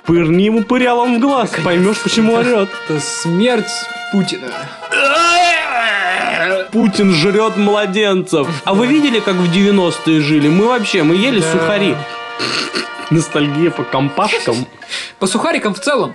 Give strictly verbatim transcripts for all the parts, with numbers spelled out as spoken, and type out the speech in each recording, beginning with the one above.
Пырни ему пырялом в глаз, поймешь, почему орет. Это смерть Путина. Путин жрет младенцев. А вы видели, как в девяностые жили? Мы вообще, мы ели Да. сухари. Ностальгия по компашкам. По сухарикам в целом.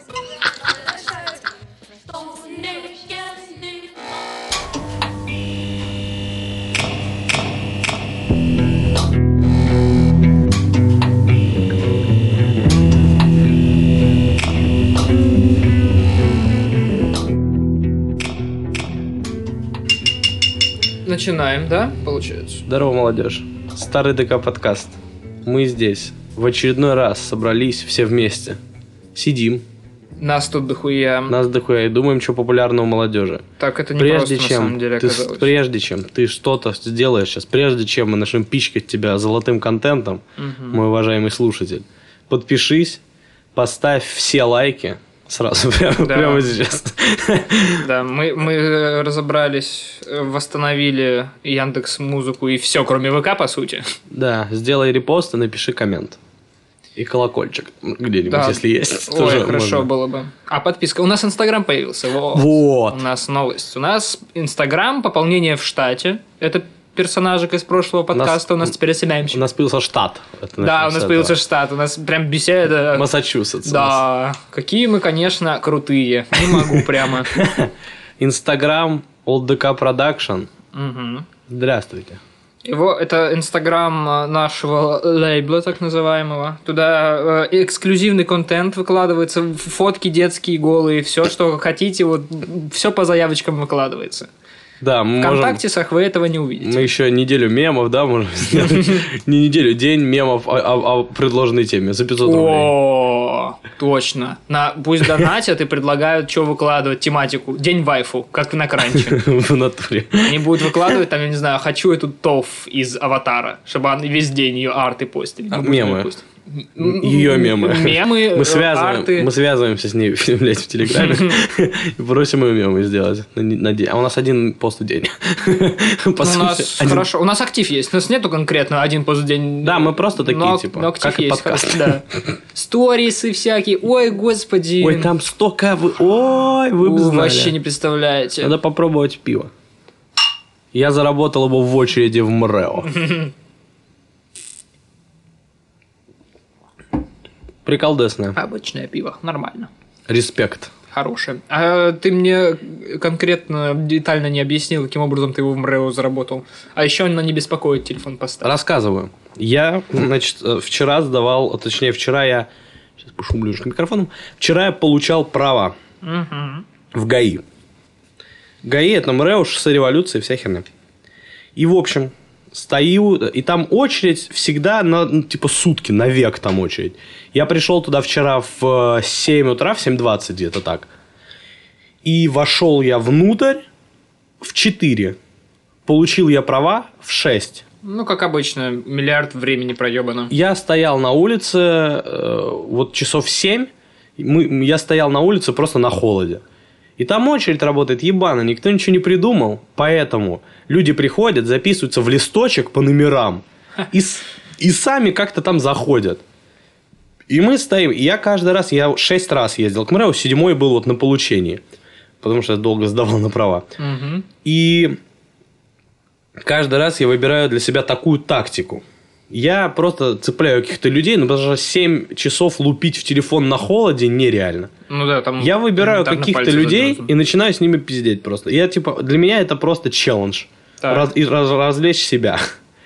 Начинаем, да, получается? Здорово, молодежь. Старый ДК подкаст. Мы здесь в очередной раз собрались все вместе. Сидим. Нас тут дохуя. Нас дохуя и думаем, что популярно у молодежи. Так это не Прежде просто чем, на самом деле ты, оказалось. прежде чем ты что-то сделаешь сейчас, прежде чем мы начнем пичкать тебя золотым контентом, Мгм. мой уважаемый слушатель, подпишись, поставь все лайки сразу, прямо, Да. прямо сейчас. Да, мы, мы разобрались, восстановили Яндекс.Музыку и все, кроме ВК, по сути. Да, сделай репост и напиши коммент. И колокольчик где-нибудь, Да. если есть. Ой, тоже хорошо можно. было бы. А подписка? У нас Инстаграм появился. Вот. Вот. У нас новость. У нас Инстаграм, пополнение в штате. Это персонажик из прошлого подкаста. У нас, теперь эс эм эм У нас появился штат. Это, Да, начнем у с нас этого. появился штат. У нас прям беседа. Массачусетс. у нас. Да, какие мы, конечно, крутые. Не могу прямо. Инстаграм ОЛДК Продакшн. Мгм. Здравствуйте. Его, это инстаграм нашего лейбла, так называемого. Туда э, эксклюзивный контент выкладывается, фотки детские, голые, все, что хотите, вот все по заявочкам выкладывается. Да, мы В можем... ВКонтактисах вы этого не увидите. Мы еще неделю мемов, да, можем сделать? Не неделю, день мемов о, о- о предложенной теме за пятьсот рублей. О, точно. На, пусть донатят и предлагают, что выкладывать, тематику. День вайфу, как на кранче. В натуре. Они будут выкладывать, там, я не знаю, хочу эту тоф из Аватара, чтобы они весь день ее арты постили. А, Мы будем мемы. её постить. Ее мемы. Мемы, Мы, связываем, арты. мы связываемся с ней, блядь, в Телеграме и просим ее мемы сделать. На, на день. А у нас один пост в день. По у сути, нас один- хорошо, у нас актив есть, у нас нету конкретно один пост в день. Да, мы просто такие, но, типа, но актив как и есть, подкаст. да. Сторисы всякие, ой, господи. Ой, там столько... Вы... Ой, вы бы Вы знали. вообще не представляете. Надо попробовать пиво. Я заработал его в очереди в МРЭО. Приколдесное. Обычное пиво, нормально. Респект. Хорошее. А ты мне конкретно, детально не объяснил, каким образом ты его в МРЭО заработал. А еще на не беспокоит телефон поставь. Рассказываю. Я, значит, вчера сдавал, точнее, вчера я... Сейчас пошумлю немножко микрофоном. Вчера я получал права Мгм. в ГАИ. ГАИ – это МРЭО, шоссе революции, вся херня. И, в общем, стою, и там очередь всегда, на, ну, типа, сутки, навек там очередь. Я пришел туда вчера в семь утра, в семь двадцать где-то так. И вошел я внутрь в четыре. Получил я права в шесть. Ну, как обычно, миллиард времени проебано. Я стоял на улице, э, вот часов семь, мы, я стоял на улице просто на холоде. И там очередь работает ебано, никто ничего не придумал. Поэтому люди приходят, записываются в листочек по номерам и, с- и сами как-то там заходят. И мы стоим. И я каждый раз, я шесть раз ездил к МРЭО, седьмой был вот на получении. Потому что я долго сдавал на права. Мгм. И каждый раз я выбираю для себя такую тактику. Я просто цепляю каких-то людей, ну, потому что семь часов лупить в телефон на холоде нереально. Ну да, там... Я выбираю элементарно каких-то пальцы людей замерзнут. и начинаю с ними пиздеть просто. Я, типа, для меня это просто челлендж. Так. Раз- и раз- развлечь себя.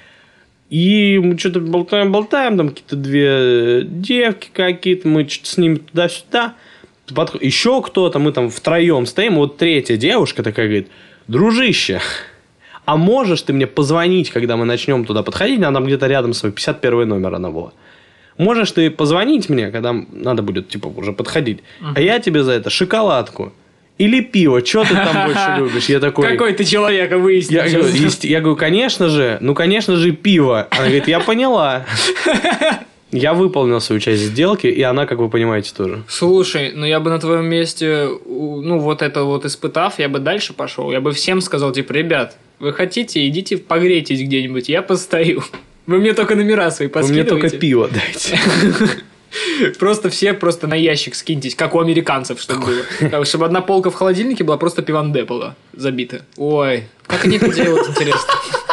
И мы что-то болтаем-болтаем, там какие-то две девки какие-то, мы что-то с ними туда-сюда. Подход- Еще кто-то, мы там втроем стоим, вот третья девушка такая говорит: дружище, а можешь ты мне позвонить, когда мы начнем туда подходить? Она там где-то рядом с пятьдесят первый номер она была. Можешь ты позвонить мне, когда надо будет, типа, уже подходить, а я тебе за это шоколадку или пиво, что ты там больше любишь? Я такой... Какой ты человека выяснил. Я говорю, сейчас. есть- я говорю, конечно же, ну, конечно же, пиво. Она говорит, я поняла. Я выполнил свою часть сделки, и она, как вы понимаете, тоже. Слушай, ну я бы на твоем месте, у- ну вот это вот испытав, я бы дальше пошел. Я бы всем сказал, типа, ребят, вы хотите, идите погрейтесь где-нибудь, я постою. Вы мне только номера свои Вы мне поскидываете. только пиво дайте. Просто все просто на ящик скиньтесь, как у американцев, чтобы было. Чтобы одна полка в холодильнике была просто пиванде была забита. Ой, как они это делают, интересно.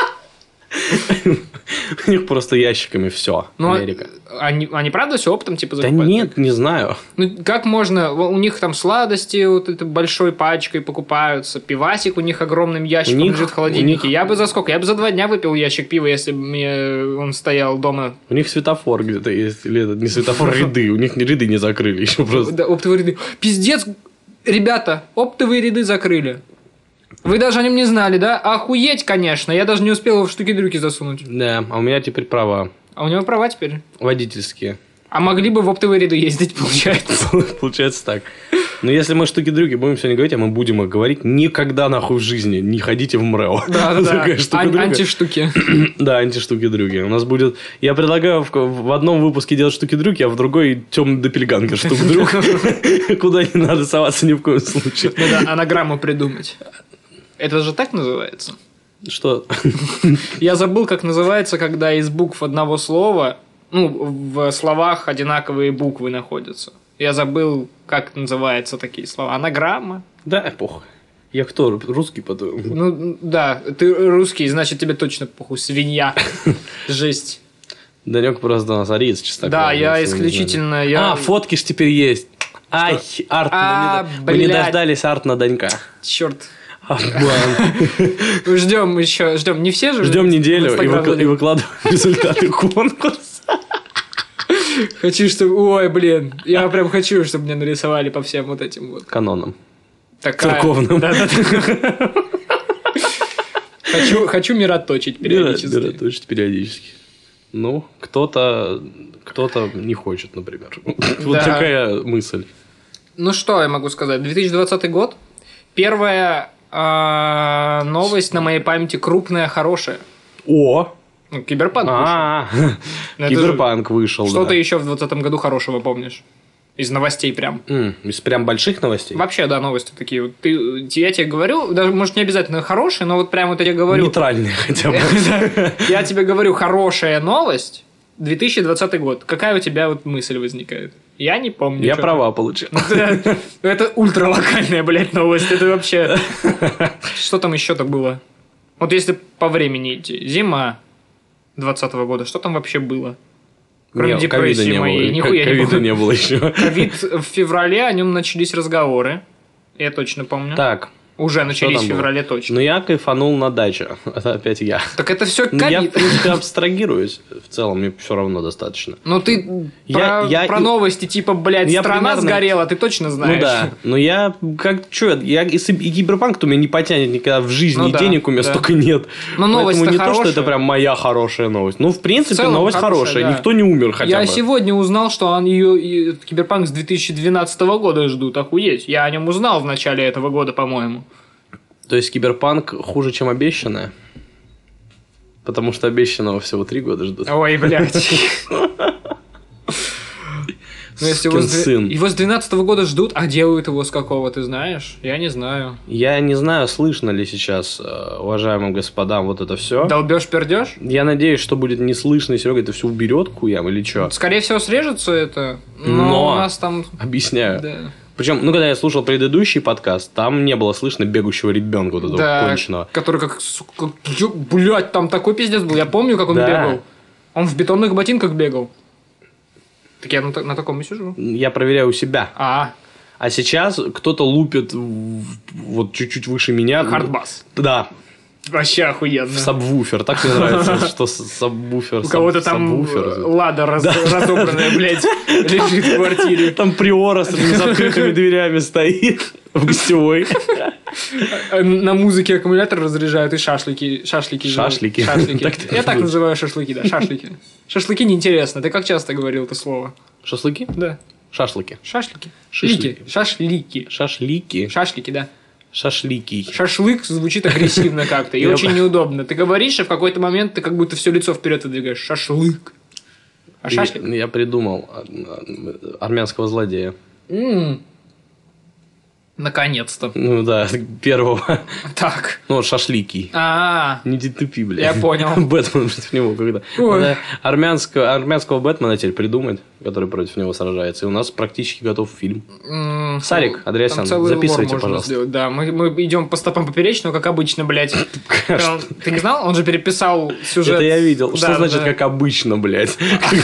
У них просто ящиками все. Ну, Америка. Они, они правда все оптом типа Да закупают? нет, не знаю. Ну, как можно? У них там сладости вот это большой пачкой покупаются. Пивасик у них огромным ящиком У них- лежит в холодильнике. у них- Я бы за сколько? Я бы за два дня выпил ящик пива, если бы мне он стоял дома. У них светофор где-то есть. Или это не светофор, ряды. У них ряды не закрыли еще просто. Да, оптовые ряды. Пиздец, ребята, оптовые ряды закрыли. Вы даже о нем не знали, да? Охуеть, конечно. Я даже не успел его в штуки-дрюки засунуть. Да, а у меня теперь права. А у него права теперь. Водительские. А могли бы в оптовые ряды ездить, получается. Получается так. Но если мы штуки-дрюки будем сегодня говорить, а мы будем их говорить, никогда нахуй в жизни не ходите в МРЭО. Да-да-да. Такая штука-дрюка. Ан- антиштуки. Да, антиштуки-дрюки. У нас будет... Я предлагаю в, в одном выпуске делать штуки-дрюки, а в другой темный допельгангер штук-дрюк. Куда не надо соваться ни в коем случае. Надо анаграмму придумать. Это же так называется? Что? Я забыл, как называется, когда из букв одного слова, ну, в словах одинаковые буквы находятся. Я забыл, как называются такие слова. Анаграмма? Да, похуй. Я кто? Русский, по-твоему? Ну, да, ты русский, значит, тебе точно похуй. Свинья. Жесть. Данек просто у нас ариец, честно Да, говоря, я если вы не исключительно... знали. Я... А, фотки ж теперь есть. Ай, арт. А, мы не, мы не блядь. дождались арт на Данька. Черт. Обман. Ждем еще, ждем. Не все же? Ждем в неделю и, Инстаграм выкла- и залезут? выкладываем результаты конкурса. Хочу, чтобы... Ой, блин. Я прям хочу, чтобы мне нарисовали по всем вот этим вот. Каноном. Такая... Церковным. Да-да-да. Хочу, хочу мироточить периодически. Да, да, точно периодически. Ну, кто-то, кто-то не хочет, например. Вот Да. такая мысль. Ну, что я могу сказать? две тысячи двадцатый год. Первая а, новость на моей памяти крупная, хорошая. О! Ну, Киберпанк вышел. А, Ну, это Киберпанк вышел. Что да. ты еще в двадцатом году хорошего помнишь? Из новостей прям. М, Из прям больших новостей? Вообще, да, новости такие. Вот Ты, я тебе говорю, даже, может, не обязательно хорошие, но вот прям вот я тебе говорю... Нейтральные хотя бы. Я тебе говорю, хорошая новость, две тысячи двадцатый год. Какая у тебя вот мысль возникает? Я не помню. Я что права получил. Это, это ультралокальная, блядь, новость. Это вообще... Что там еще-то было? Вот если по времени идти. Зима двадцатого года. Что там вообще было? Кроме Не, ковида депрессии не моей. было. Нихуя не Ковида было. не было еще. Ковид в феврале, о нем начались разговоры. Я точно помню. Так, Уже начались там в было? феврале точно. ну я кайфанул на даче. Это опять я. Так это все Ну, я, в ковид. принципе, абстрагируюсь. В целом, мне все равно достаточно. Ну ты Я- про, я про и- новости типа, блядь, Я страна примерно- сгорела, ты точно знаешь. Ну да, но я как что, я если и киберпанк, то меня не потянет никогда в жизни, Ну и да, денег у меня да. столько нет. Но новость-то Поэтому не то, что хорошая. это прям моя хорошая новость. Ну, в принципе, В целом новость хорошая, хорошая. да. Никто не умер хотя Я бы. сегодня узнал, что он ее и Киберпанк с две тысячи двенадцатого года ждут, охуеть. Я о нем узнал в начале этого года, по-моему. То есть киберпанк хуже, чем обещанное? Потому что обещанного всего три года ждут. Ой, блядь. Ну, если его Сукин с, две- сын. его с двенадцатого года ждут, а делают его с какого, ты знаешь? Я не знаю. Я не знаю, слышно ли сейчас, э, уважаемым господам, вот это все. Долбёшь, пердёшь? Я надеюсь, что будет не слышно, и Серега это все уберет куям или что. Скорее всего, срежется это. Но, Но- у нас там... Объясняю. Да. Причем, ну, когда я слушал предыдущий подкаст, там не было слышно бегущего ребенка вот этого Да, конченого. который как, сука, ё- блядь, там такой пиздец был. Я помню, как он Да. бегал. Он в бетонных ботинках бегал. Так я на, та- на таком и сижу. Я проверяю у себя. А, А сейчас кто-то лупит в- вот чуть-чуть выше меня. хардбас. Да, Вообще охуенно. в сабвуфер. Так мне нравится, что с- сабвуфер. У саб- кого-то там сабвуфер. лада раз- разобранная, блядь, лежит в квартире. Там приора с этими закрытыми дверями стоит в гостевой. А На музыке аккумулятор разряжают и шашлыки. Шашлыки. живут. Шашлики. Шашлики. Так ты Я так называешь. называю шашлыки, да, шашлыки. Шашлыки неинтересно. Ты как часто говорил это слово? Шашлыки? Да. Шашлыки. Шашлики. Шишлики. Лики. Шашлики. Шашлики. Шашлики, да. Шашлики. Шашлык звучит агрессивно как-то и Я очень по- неудобно. Ты говоришь, а в какой-то момент ты как будто все лицо вперед выдвигаешь. Шашлык. А шашлик? Я, я придумал а, а, армянского злодея. М. Наконец-то. Ну да, первого. Так. Ну, вот шашлики. А, Не тупи, блядь. Я понял. Бэтмен против него когда. Ой. Надо армянского, армянского Бэтмена теперь придумать. который против него сражается. И у нас практически готов фильм. М, Сарик, там Андреасян, целый записывайте, лор можно пожалуйста. сделать. Да, мы, мы идем по стопам Поперечного, как обычно, блядь. Там, ты не знал? Он же переписал сюжет. Это я видел. Да, Что значит, да. как обычно, блядь?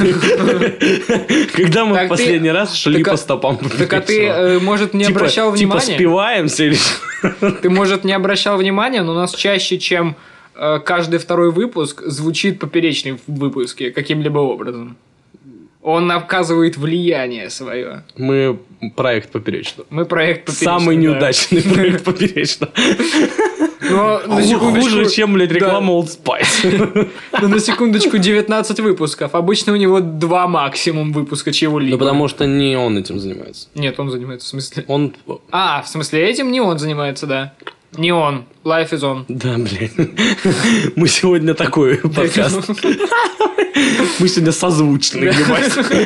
Когда мы Так в последний ты- раз шли так а- по стопам Так а ты, Поперечного? э, может, не Типа- обращал Типа внимания? спиваемся или Ты, может, не обращал внимания, но у нас чаще, чем э, каждый второй выпуск, звучит Поперечный в выпуске каким-либо образом. Он оказывает влияние свое. Мы проект Поперечного. Мы проект Поперечный. Самый да. неудачный проект Поперечного. Но на Ху- секундочку- Хуже, чем, блядь, да. реклама Old Spice. Но на секундочку девятнадцать выпусков. Обычно у него два максимум выпуска чего-либо. Ну, потому что не он этим занимается. Нет, он занимается, в смысле... Он... А, в смысле, этим не он занимается, да. Не он. Life is on. Да, блядь. Мы сегодня такой подкаст. Мы сегодня созвучны, ебать.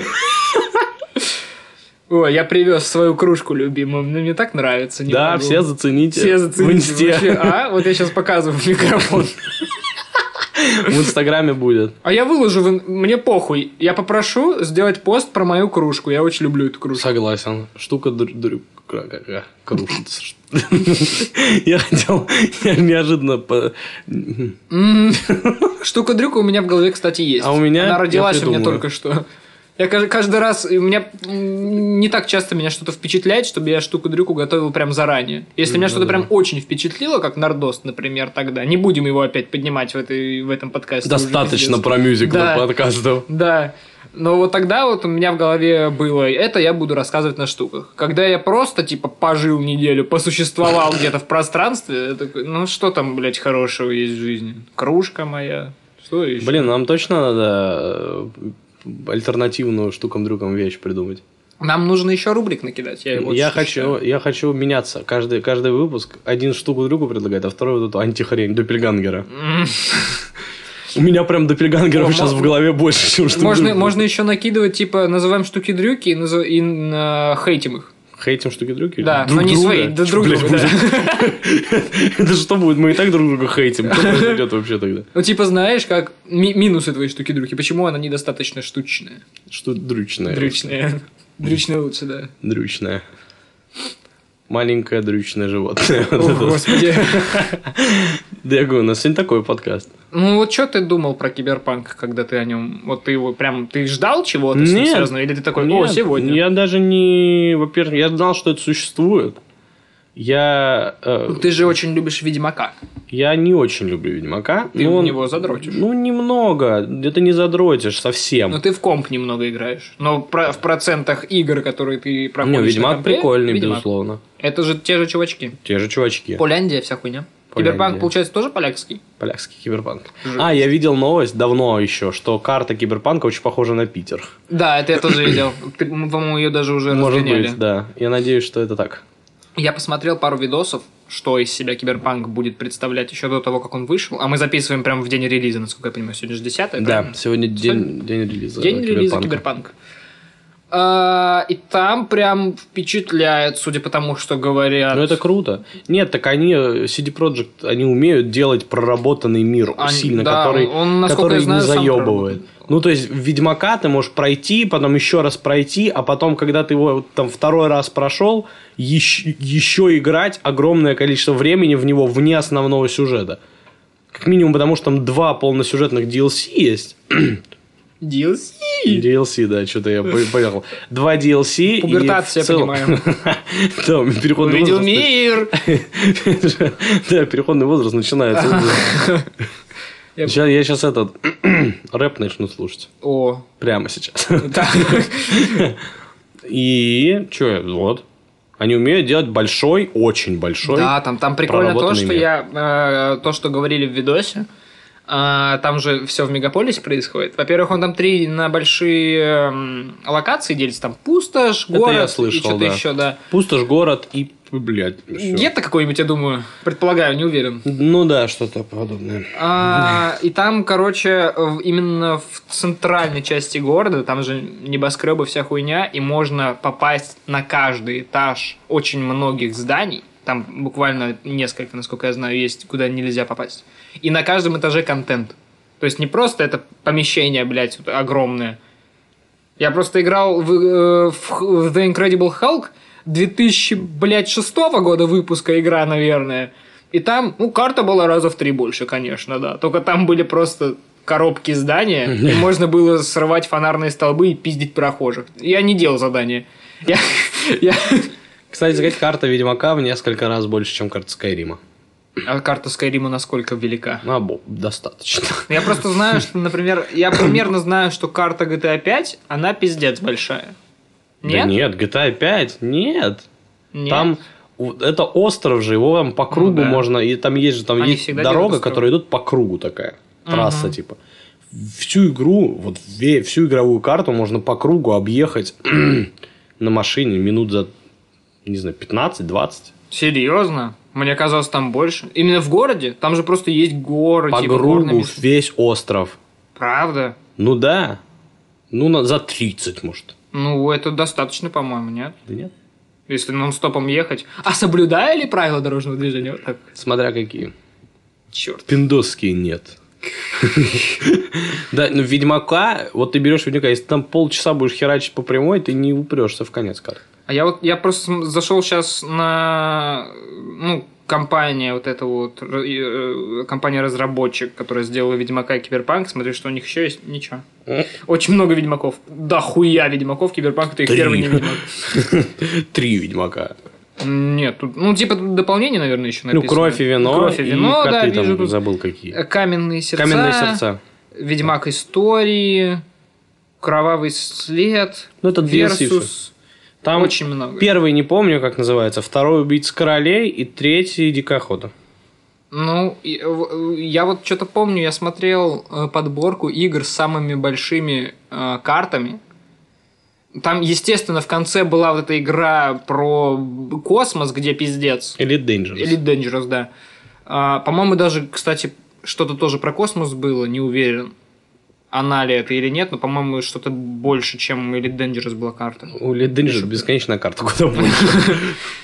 Ой, я привез свою кружку любимую. Мне мне так нравится. не Да, могу. все зацените. Все В зацените. инсте. Вообще, а? Вот я сейчас показываю в микрофон. В Инстаграме будет. А я выложу, в ин- мне похуй. Я попрошу сделать пост про мою кружку. Я очень люблю эту кружку. Согласен. Штука дрю... дрю- кра- кра- кра- крушится. Я хотел... Я неожиданно... по- М, Штука-дрюка у меня в голове, кстати, есть. А у меня- Она я родилась у меня придумаю. только что. Я кажд- каждый раз, и у меня м, не так часто меня что-то впечатляет, чтобы я штуку-дрюку готовил прям заранее. Если меня Ну что-то да. прям очень впечатлило, как Нордост, например, тогда, не будем его опять поднимать в, этой, в этом подкасте. уже Достаточно пиздец. про мюзиклы Да. подкастов. Да. Но вот тогда вот у меня в голове было, это я буду рассказывать на штуках. Когда я просто, типа, пожил неделю, посуществовал где-то в пространстве, я такой, ну что там, блядь, хорошего есть в жизни? Кружка моя, что еще? Блин, нам точно надо э, альтернативную штукам-дрюкам вещь придумать. Нам нужно еще рубрик накидать. Я, вот я, что хочу, считаю. я хочу меняться. Каждый, каждый выпуск один штуку-дрюку предлагает, а второй вот эту антихрень, доппельгангера. М. У меня прям доппельгангеров О, сейчас мо- в голове больше, чем штук. Можно, можно еще накидывать, типа, называем штуки-дрюки и, назов- и э, хейтим их. Хейтим штуки-дрюки? Да, Друг но не друга? свои, да Чё, друг блядь, друга, да. будет? Это что будет? Мы и так друг друга хейтим. Что произойдет вообще тогда? Ну, типа, знаешь, как ми- минусы твоей штуки-дрюки, почему она недостаточно штучная? Что дрючное? Дрючная. Дрючная лучше, да. Дрючное. Маленькое дрючное животное. О, Вот это. господи. Да я говорю, у нас сегодня такой подкаст. Ну, вот что ты думал про Киберпанк, когда ты о нем... Вот ты его прям... Ты ждал чего-то с ним Нет. связанного? Или ты такой, о, Нет, сегодня? Я даже не... Во-первых, я знал, что это существует. Я... э, Ну, ты же очень любишь Ведьмака. Я не очень люблю Ведьмака. Ты но в он- него задротишь. Ну, немного. Это не задротишь совсем. Но ты в комп немного играешь. Но про- в процентах игр, которые ты Не, проходишь на Ведьмак компе, прикольный, Ведьмак. безусловно. Это же те же чувачки. Те же чувачки. Поляндия, вся хуйня. Поляндия. Киберпанк, получается, тоже полякский? Полякский киберпанк. Жесть. А, я видел новость давно еще, что карта киберпанка очень похожа на Питер. Да, это я тоже видел. Ты, по-моему, ее даже уже Может разгоняли. быть, да. Я надеюсь, что это так. Я посмотрел пару видосов, что из себя Киберпанк будет представлять еще до того, как он вышел. А мы записываем прямо в день релиза, насколько я понимаю. Сегодня же десятое, Да, правильно? сегодня день, день релиза. День релиза Киберпанка. Киберпанк. А, и там прям впечатляет, судя по тому, что говорят. Ну, это круто. Нет, так они, си ди Projekt, они умеют делать проработанный мир Они- сильно, да, который, он, насколько который я знаю, не сам заебывает. проработан. Ну, то есть, в Ведьмака ты можешь пройти, потом еще раз пройти, а потом, когда ты его вот там второй раз прошел, еще, еще играть огромное количество времени в него вне основного сюжета. Как минимум, потому что там два полносюжетных ди эл си есть. ди эл си. ди эл си, да, что-то я по- поехал. Два ди эл си. и Пубертация, в целом- понимаем. Да, переходный Увидел возраст. мир. Да, переходный возраст начинается. Я- Сейчас, я сейчас этот рэп начну слушать. О, Прямо сейчас. да. И что, вот. Они умеют делать большой, очень большой. Да, там, там прикольно то, проработанный что мир. я э, то, что говорили в видосе. А, там же все в мегаполисе происходит. Во-первых, он там три на большие эм, локации делится. Там пустошь, Это город я и слышал, что-то да. еще, да. Пустошь, город и, блядь, всё. Где-то какой-нибудь, я думаю, предполагаю, не уверен. Ну да, что-то подобное. А, и там, короче, в- именно в центральной части города, там же небоскребы, вся хуйня, и можно попасть на каждый этаж очень многих зданий. Там буквально несколько, насколько я знаю, есть, куда нельзя попасть. И на каждом этаже контент. То есть не просто это помещение, блядь, вот огромное, Я просто играл в, э, в The Incredible Hulk две тысячи шестого года выпуска игра, наверное. И там, ну, карта была раза в три больше, конечно, да. Только там были просто коробки здания, и можно было срывать фонарные столбы и пиздить прохожих. Я не делал задания. Я... я... Кстати сказать, карта Ведьмака в несколько раз больше, чем карта Скайрима. А карта Скайрима насколько велика? Ну, достаточно. Я просто знаю, что, например, я примерно знаю, что карта джи ти эй пять, она пиздец большая. Нет? Да нет, джи ти эй пять, нет. Нет? Там это остров же, его там по кругу Ну, да. можно, и там есть же там Они есть дорога, которая идут по кругу такая, трасса Угу. типа. Всю игру, вот всю игровую карту можно по кругу объехать на машине минут за, не знаю, пятнадцать-двадцать. Серьезно? Мне казалось, там больше. Именно в городе? Там же просто есть горы. По типа, кругу горные места. весь остров. Правда? Ну да. Ну, на, за тридцать, может. Ну, это достаточно, по-моему, нет? Да нет. Если нон-стопом ехать. А соблюдая ли правила дорожного движения? Вот так. Смотря какие. Черт. Пиндосские нет. Да, ну Ведьмака, вот ты берешь Ведьмака, если там полчаса будешь херачить по прямой, ты не упрешься в конец карты. А я вот я просто зашел сейчас на ну компания вот эта вот э, компания-разработчик, которая сделала Ведьмака и Киберпанк, смотри, что у них еще есть. Ничего. Очень много Ведьмаков. Да хуя Ведьмаков, Киберпанк это их Три. первый не Ведьмак. Три Ведьмака. Нет, тут, ну, типа, тут дополнение, наверное, еще написано. Ну, кровь и вино. Кровь и вино, и да, коты, вижу там, тут. забыл какие. Каменные сердца. Каменные сердца. Ведьмак истории. Кровавый след. Ну, это ди эл си. Versus. Там Очень много. Первый не помню, как называется. Второй убийца королей. И третий дикая охота. Ну, и, э, я вот что-то помню, я смотрел э, подборку игр с самыми большими э, картами. Там, естественно, в конце была вот эта игра про космос, где пиздец. Elite Dangerous. Elite Dangerous, да. А, по-моему, даже, кстати, что-то тоже про космос было, не уверен, она ли это или нет, но, по-моему, что-то больше, чем Elite Dangerous была карта. У Elite Dangerous бесконечная карта, куда больше.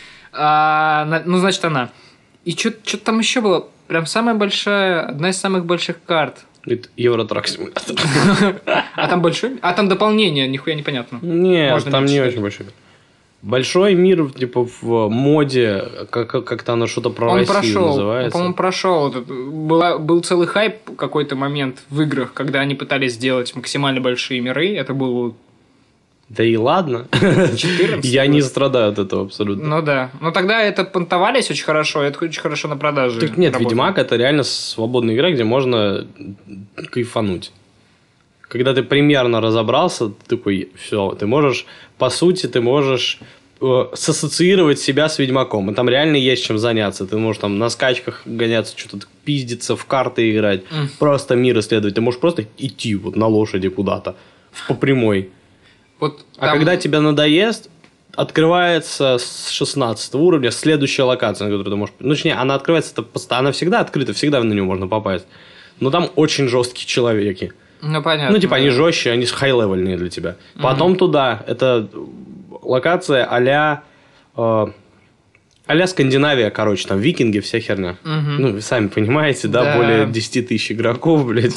А, на- ну, значит, она. И что-то там еще было. Прям самая большая, одна из самых больших карт. Это Евротрак симулятор. А там большой? А там дополнение, нихуя непонятно. Нет, Можно там не не читать. очень большой. Большой мир, типа, в моде, как- как-то оно что-то про Он Россию прошел, он, называется. по-моему, прошел. этот- Была, был целый хайп какой-то момент в играх, когда они пытались сделать максимально большие миры. Это был Да и ладно. четырнадцатый Я не год. страдаю от этого абсолютно. Ну да. Но тогда это понтовались очень хорошо, это очень хорошо на продаже. Так нет, работало. Ведьмак это реально свободная игра, где можно кайфануть. Когда ты примерно разобрался, ты такой, все, ты можешь, по сути, ты можешь э, сассоциировать себя с Ведьмаком. И там реально есть чем заняться. Ты можешь там на скачках гоняться, что-то пиздиться, в карты играть, Мгм. просто мир исследовать. Ты можешь просто идти вот на лошади куда-то, по прямой. Вот А там- когда тебе надоест, открывается с шестнадцатого уровня следующая локация, на которую ты можешь... Ну, точнее, она открывается, это пост- она всегда открыта, всегда на нее можно попасть. Но там очень жесткие человеки. Ну, понятно. Ну, типа, они да. жестче, они хай-левельные для тебя. Потом туда, это локация а-ля... э, а-ля Скандинавия, короче, там викинги, вся херня. Мгм. Ну, вы сами понимаете, да, Да. более десять тысяч игроков, блядь.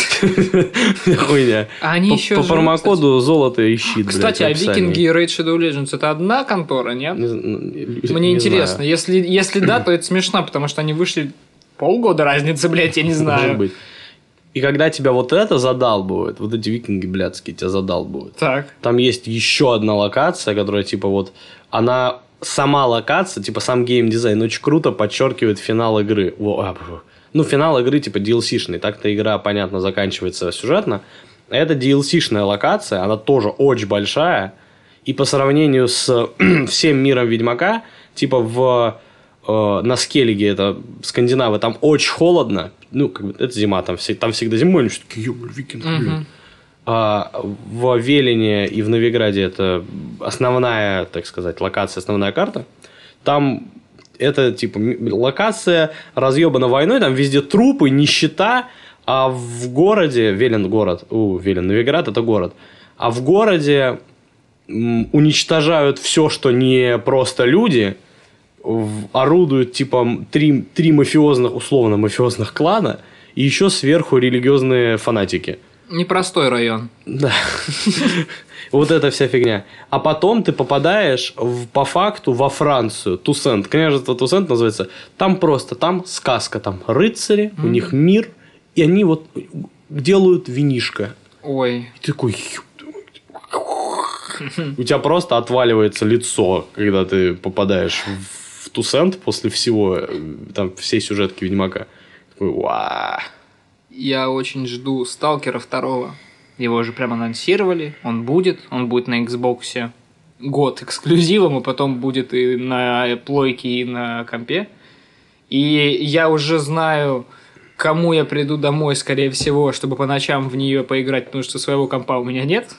Хуйня. А они По- еще По живут, промокоду золото и щит, блядь, Кстати, в а описании. Викинги и Raid Shadow Legends это одна контора, нет? Не зн- не- Мне не интересно. знаю. Если, если да, то это смешно, потому что они вышли полгода разницы, блядь, я не знаю. Может быть. И когда тебя вот это задалбывает, вот эти викинги блядские тебя задалбывают, Так. там есть еще одна локация, которая типа вот, она сама локация, типа сам геймдизайн очень круто подчеркивает финал игры. Во, а, бу. Ну, финал игры типа ди эл си-шный. Так-то игра, понятно, заканчивается сюжетно. Это ди эл си-шная локация, она тоже очень большая. И по сравнению с всем миром Ведьмака, типа в э, на Скеллиге, это скандинавы, там очень холодно. Ну, как бы, это зима, там, все, там всегда зимой, они что такие, ё-моё, викинги, блин. Мгм. А в Велине и в Новиграде это основная, так сказать, локация, основная карта. Там это типа м- локация разъебана войной, там везде трупы, нищета, а в городе, Велин город, у, Велин, Новиград это город, а в городе м, уничтожают все, что не просто люди, в- орудуют типа м, три, три мафиозных, условно мафиозных клана, и еще сверху религиозные фанатики. Непростой район. Да. Вот эта вся фигня. А потом ты попадаешь в, по факту во Францию. Туссент. Княжество Туссент называется. Там просто, там сказка. Там рыцари, mm-hmm. у них мир. И они вот делают винишко. Ой. И ты такой... У тебя просто отваливается лицо, когда ты попадаешь в Туссент после всего, там, всей сюжетки Ведьмака. Такой, уа. Я очень жду Сталкера второго. Его же прям анонсировали. Он будет. Он будет на Xbox год эксклюзивом, а потом будет и на плойке, и на компе. И я уже знаю, кому я приду домой, скорее всего, чтобы по ночам в нее поиграть, потому что своего компа у меня нет.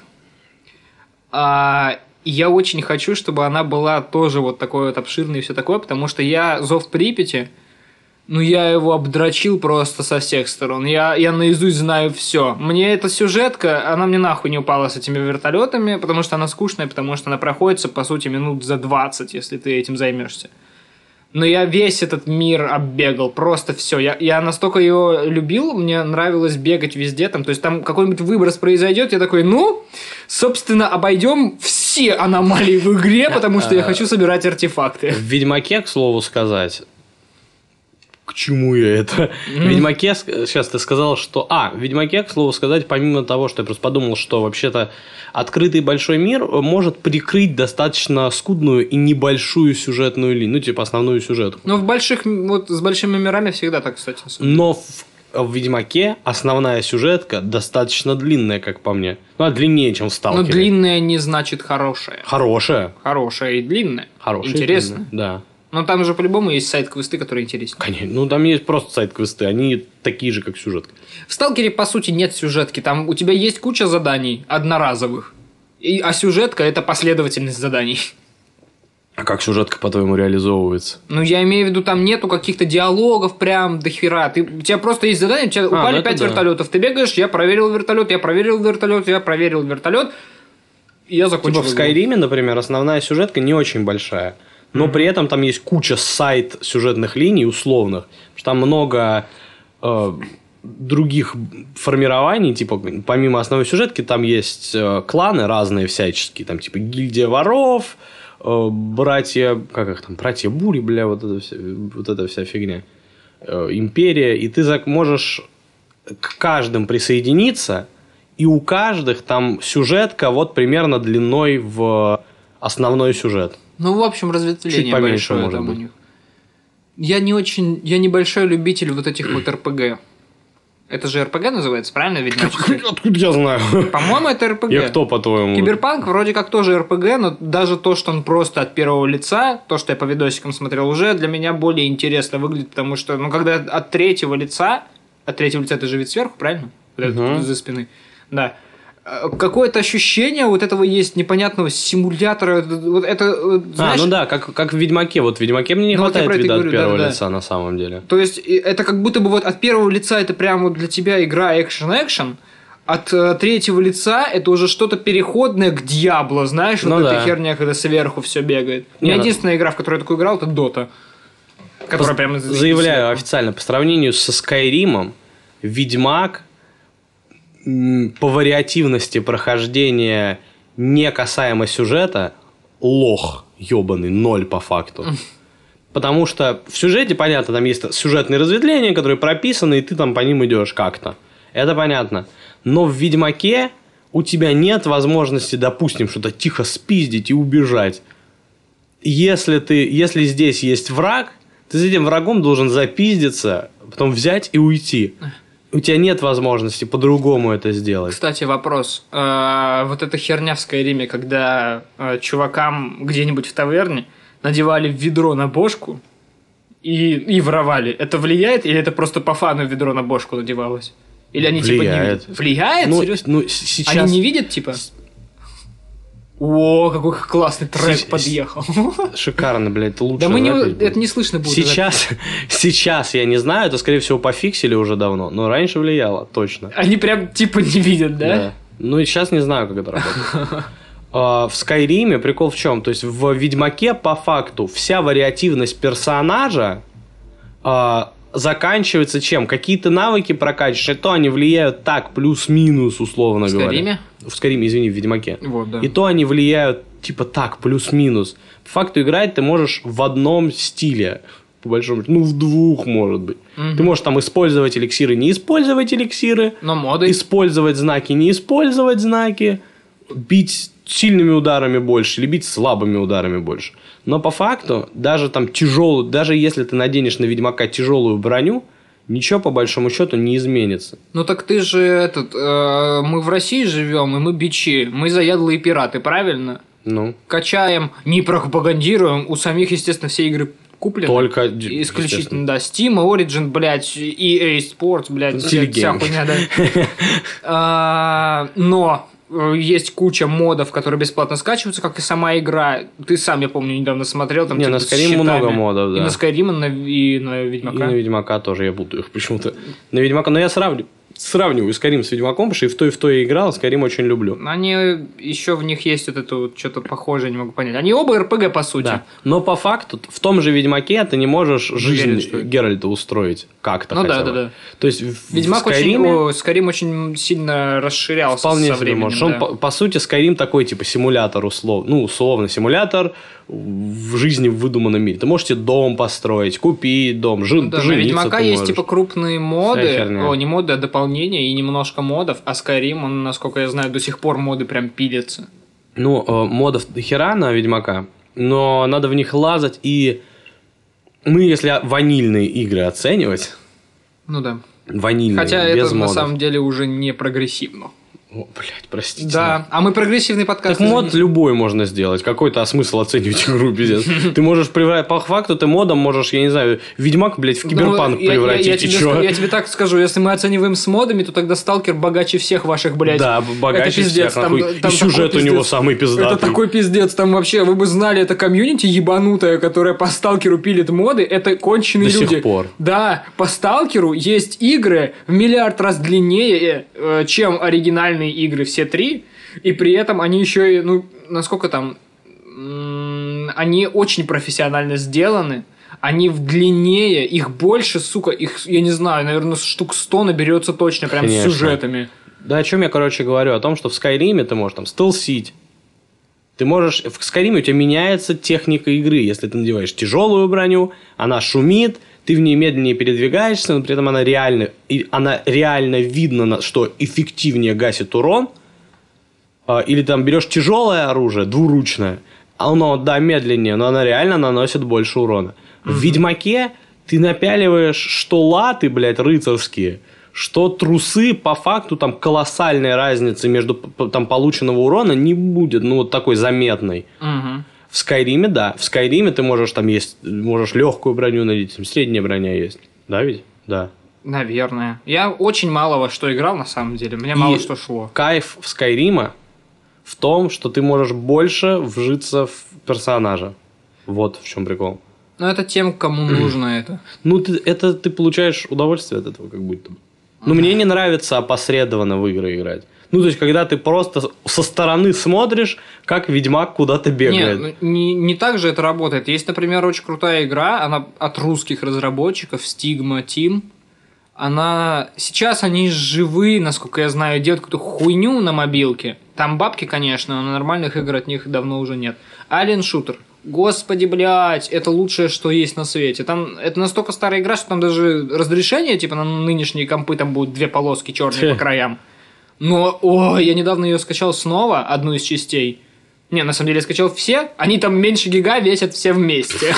А я очень хочу, чтобы она была тоже вот такой вот обширной и все такое, потому что я «Зов Припяти», ну, я его обдрочил просто со всех сторон. Я, я наизусть знаю все. Мне эта сюжетка, она мне нахуй не упала с этими вертолетами, потому что она скучная, потому что она проходится, по сути, минут за двадцать, если ты этим займешься. Но я весь этот мир оббегал, просто все. Я, я настолько его любил, мне нравилось бегать везде. Там, то есть там какой-нибудь выброс произойдет, я такой, ну, собственно, обойдем все аномалии в игре, потому что я хочу собирать артефакты. В Ведьмаке, к слову сказать... К чему я это? Mm. В Ведьмаке, сейчас ты сказал, что... А, в Ведьмаке, к слову сказать, помимо того, что я просто подумал, что вообще-то открытый большой мир может прикрыть достаточно скудную и небольшую сюжетную линию, ну, типа основную сюжетку. Ну, в больших, вот с большими мирами всегда так, кстати. Но в, в Ведьмаке основная сюжетка достаточно длинная, как по мне. Ну, а длиннее, чем в Сталкере. Но длинная не значит хорошая. Хорошая. Хорошая и длинная. Хорошая. Интересно. И длинная, да. Но там же по-любому есть сайт-квесты, которые интереснее. Конечно. Ну, там есть просто сайт-квесты. Они такие же, как сюжетка. В Сталкере, по сути, нет сюжетки. Там у тебя есть куча заданий одноразовых. И, а сюжетка – это последовательность заданий. А как сюжетка, по-твоему, реализовывается? Ну, я имею в виду, там нету каких-то диалогов прям до хера. Ты, у тебя просто есть задание, у тебя а, упали ну пять да. вертолетов. Ты бегаешь, я проверил вертолет, я проверил вертолет, я проверил вертолет. И я закончил. Типа в Скайриме, например, основная сюжетка не очень большая. Но mm-hmm. при этом там есть куча сайт-сюжетных линий условных. Потому что там много э, других формирований. Типа, помимо основной сюжетки, там есть э, кланы разные всяческие. Там типа гильдия воров, э, братья... Как их там? Братья Бури, бля, вот эта вся, вот эта вся фигня. Э, империя. И ты можешь к каждым присоединиться. И у каждых там сюжетка вот примерно длиной в основной сюжет. Ну, в общем, разветвление большое может там быть. У них. Я не очень... Я небольшой любитель вот этих вот эр пи джи. Это же эр пи джи называется, правильно? Ведьмачество? Откуда я знаю? По-моему, это эр пи джи. Я кто, по-твоему? Киберпанк вроде как тоже эр пи джи, но даже то, что он просто от первого лица, то, что я по видосикам смотрел, уже для меня более интересно выглядит, потому что, ну, когда от третьего лица... От третьего лица это же вид сверху, правильно? Uh-huh. За спины. Да. Какое-то ощущение вот этого есть непонятного симулятора. Вот это, знаешь... А, ну да, как, как в Ведьмаке. Вот в Ведьмаке мне не ну, хватает вот вида от первого да, лица да. на самом деле. То есть, это как будто бы вот от первого лица это прямо для тебя игра экшен-экшен, от э, третьего лица это уже что-то переходное к Диабло, знаешь, ну, вот да. эта херня, когда сверху все бегает. Не, не единственная ну... игра, в которой я такую играл, это Дота. Которая по... прямо... Заявляю официально, по сравнению со Скайримом, Ведьмак по вариативности прохождения не касаемо сюжета лох ебаный, ноль по факту. Потому что в сюжете, понятно, там есть сюжетные разветвления, которые прописаны, и ты там по ним идешь как-то. Это понятно. Но в Ведьмаке у тебя нет возможности, допустим, что-то тихо спиздить и убежать. Если, ты, если здесь есть враг, ты с этим врагом должен запиздиться, потом взять и уйти. У тебя нет возможности по-другому это сделать. Кстати, вопрос. Э, вот эта херня в Скайриме, когда э, чувакам где-нибудь в таверне надевали ведро на бошку и, и воровали, это влияет или это просто по фану ведро на бошку надевалось? Или они влияет. типа не видят? Влияет? Ну, Серьезно? Ну, сейчас... Они не видят, типа? О, какой классный трек С- подъехал. Шикарно, блядь, это лучше. Да мы не... Это не слышно будет. Сейчас, сейчас я не знаю, это, скорее всего, пофиксили уже давно, но раньше влияло, точно. Они прям типа не видят, да? Да. Ну и сейчас не знаю, как это работает. В Скайриме прикол в чем? То есть в Ведьмаке по факту вся вариативность персонажа заканчивается чем? Какие-то навыки прокачиваешь, и то они влияют так, плюс-минус, условно В говоря. Скайриме? В Скайриме, извини, в Ведьмаке. Вот, да. И то они влияют, типа, так, плюс-минус. По факту играть ты можешь в одном стиле, по большому счету. Ну, в двух, может быть. Угу. Ты можешь там использовать эликсиры, не использовать эликсиры. Но моды. Использовать знаки, не использовать знаки. Бить сильными ударами больше или бить слабыми ударами больше. Но по факту, даже там тяжелую, даже если ты наденешь на Ведьмака тяжелую броню, ничего по большому счету не изменится. Ну так ты же этот, э, мы в России живем, и мы бичи, мы заядлые пираты, правильно? Ну. Качаем, не пропагандируем, у самих, естественно, все игры куплены. Только исключительно, да. Steam, Origin, блядь, и эй Sports, блядь, вся, вся хуйня, да. Но есть куча модов, которые бесплатно скачиваются, как и сама игра. Ты сам, я помню, недавно смотрел. Там, не, типа, на Skyrim много модов, да. И на Skyrim, и на, и на Ведьмака. И на Ведьмака тоже, я путаю их почему-то. На Ведьмака, но я сравниваю. Сравниваю Skyrim с Ведьмаком, потому что и в той, и в той я играл, Skyrim очень люблю. Они еще в них есть вот это вот что-то похожее, не могу понять. Они оба эр пи джи, по сути. Да. Но по факту в том же Ведьмаке ты не можешь жизнь Уверен, Геральта устроить как-то. Ну хотя да, бы. да, да. То есть в Ведьмак Skyrim... очень, Skyrim очень сильно расширялся вполне со себе временем. можешь. Да. Он, по, по сути, Skyrim такой, типа, симулятор, условно. Ну, условно, симулятор в жизни в выдуманном мире. Ты можешь себе дом построить, купить дом, жи, Ну да, на жениться Ведьмака ты есть можешь. типа крупные моды, Вся херня. о, не моды, а дополнения и немножко модов, а Skyrim, он, насколько я знаю, до сих пор моды прям пилятся. Ну, э, модов до хера на Ведьмака, но надо в них лазать, и мы, если ванильные игры оценивать, Ну да. ванильные, Хотя без это модов. на самом деле уже не прогрессивно. О, блядь, простите. Да, а мы прогрессивный подкаст. Так мод извините. любой можно сделать. Какой-то а смысл оценивать игру, пиздец. Ты можешь превратить... По факту ты модом можешь, я не знаю, Ведьмак, блядь, в киберпанк Ну, я- я- превратить. я, и тебе, чё? ска- я тебе так скажу, если мы оцениваем с модами, то тогда Сталкер богаче всех ваших, блядь. Да, богаче это пиздец. всех, нахуй. И такой сюжет у него пиздец. самый пиздатый. Это такой пиздец. Там вообще, вы бы знали, это комьюнити ебанутое, которое по Сталкеру пилит моды, это конченые До люди. сих пор. Да, по Сталкеру есть игры в миллиард раз длиннее, э, чем оригинальные игры все три. И при этом они еще и, ну, насколько там, м- они очень профессионально сделаны, они в длиннее, их больше, сука, их, я не знаю, наверное, штук сто наберется точно, прям Конечно. с сюжетами. Да о чем я, короче, говорю? О том, что в Скайриме ты можешь там стелсить. Ты можешь... В Скайриме у тебя меняется техника игры. Если ты надеваешь тяжелую броню, она шумит, ты в ней медленнее передвигаешься, но при этом она реально, и она реально видно, что эффективнее гасит урон. Или там берешь тяжелое оружие, двуручное, оно, да, медленнее, но оно реально наносит больше урона. Mm-hmm. В Ведьмаке ты напяливаешь что латы, блядь, рыцарские, что трусы, по факту там колоссальной разницы между там полученного урона не будет, ну, вот такой заметной. Угу. В Скайриме, да, в Скайриме ты можешь там есть, можешь легкую броню надеть, там средняя броня есть. Да ведь? Да. Наверное. Я очень мало во что играл, на самом деле. Мне И мало что шло. Кайф в Скайрима в том, что ты можешь больше вжиться в персонажа. Вот в чем прикол. Но это тем, кому нужно это. Ну, ты, это ты получаешь удовольствие от этого, как будто бы. Но мне не нравится опосредованно в игры играть. Ну, то есть, когда ты просто со стороны смотришь, как Ведьмак куда-то бегает. Нет, ну, не, не так же это работает. Есть, например, очень крутая игра, она от русских разработчиков, Stigma Team. Она... Сейчас они живые, насколько я знаю, делают какую-то хуйню на мобилке. Там бабки, конечно, но нормальных игр от них давно уже нет. Alien Shooter. Господи, блядь, это лучшее, что есть на свете. Там это настолько старая игра, что там даже разрешение, типа на нынешние компы, там будут две полоски черные по краям. Но, о, я недавно ее скачал снова, одну из частей. Не, на самом деле я скачал все, они там меньше гига весят все вместе.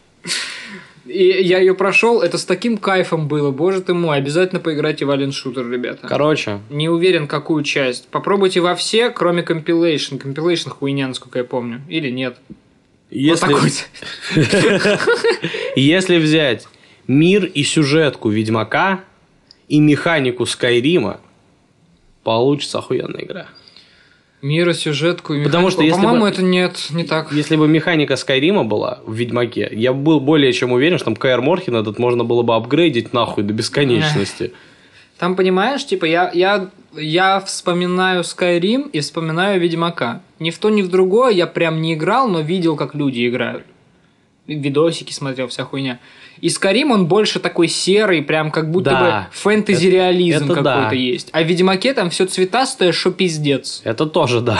И я ее прошел, это с таким кайфом было, боже ты мой, обязательно поиграйте в Alien Shooter, ребята. Короче. Не уверен, какую часть. Попробуйте во все, кроме Compilation. Compilation хуйня, насколько я помню. Или нет. Если... Вот Если взять мир и сюжетку Ведьмака и механику Скайрима, получится охуенная игра. Мира, сюжетку и механику. Потому что если По-моему, бы... это нет, не так. Если бы механика Скайрима была в Ведьмаке, я был более чем уверен, что там Каэр Морхен этот можно было бы апгрейдить нахуй до бесконечности. Там, понимаешь, типа, я, я, я вспоминаю Skyrim и вспоминаю Ведьмака. Ни в то, ни в другое я прям не играл, но видел, как люди играют. видосики смотрел, вся хуйня. И Skyrim, он больше такой серый, прям как будто Да. бы фэнтези-реализм Это- это какой-то да. есть. А в Ведьмаке там все цветастое, что пиздец. Это тоже, да.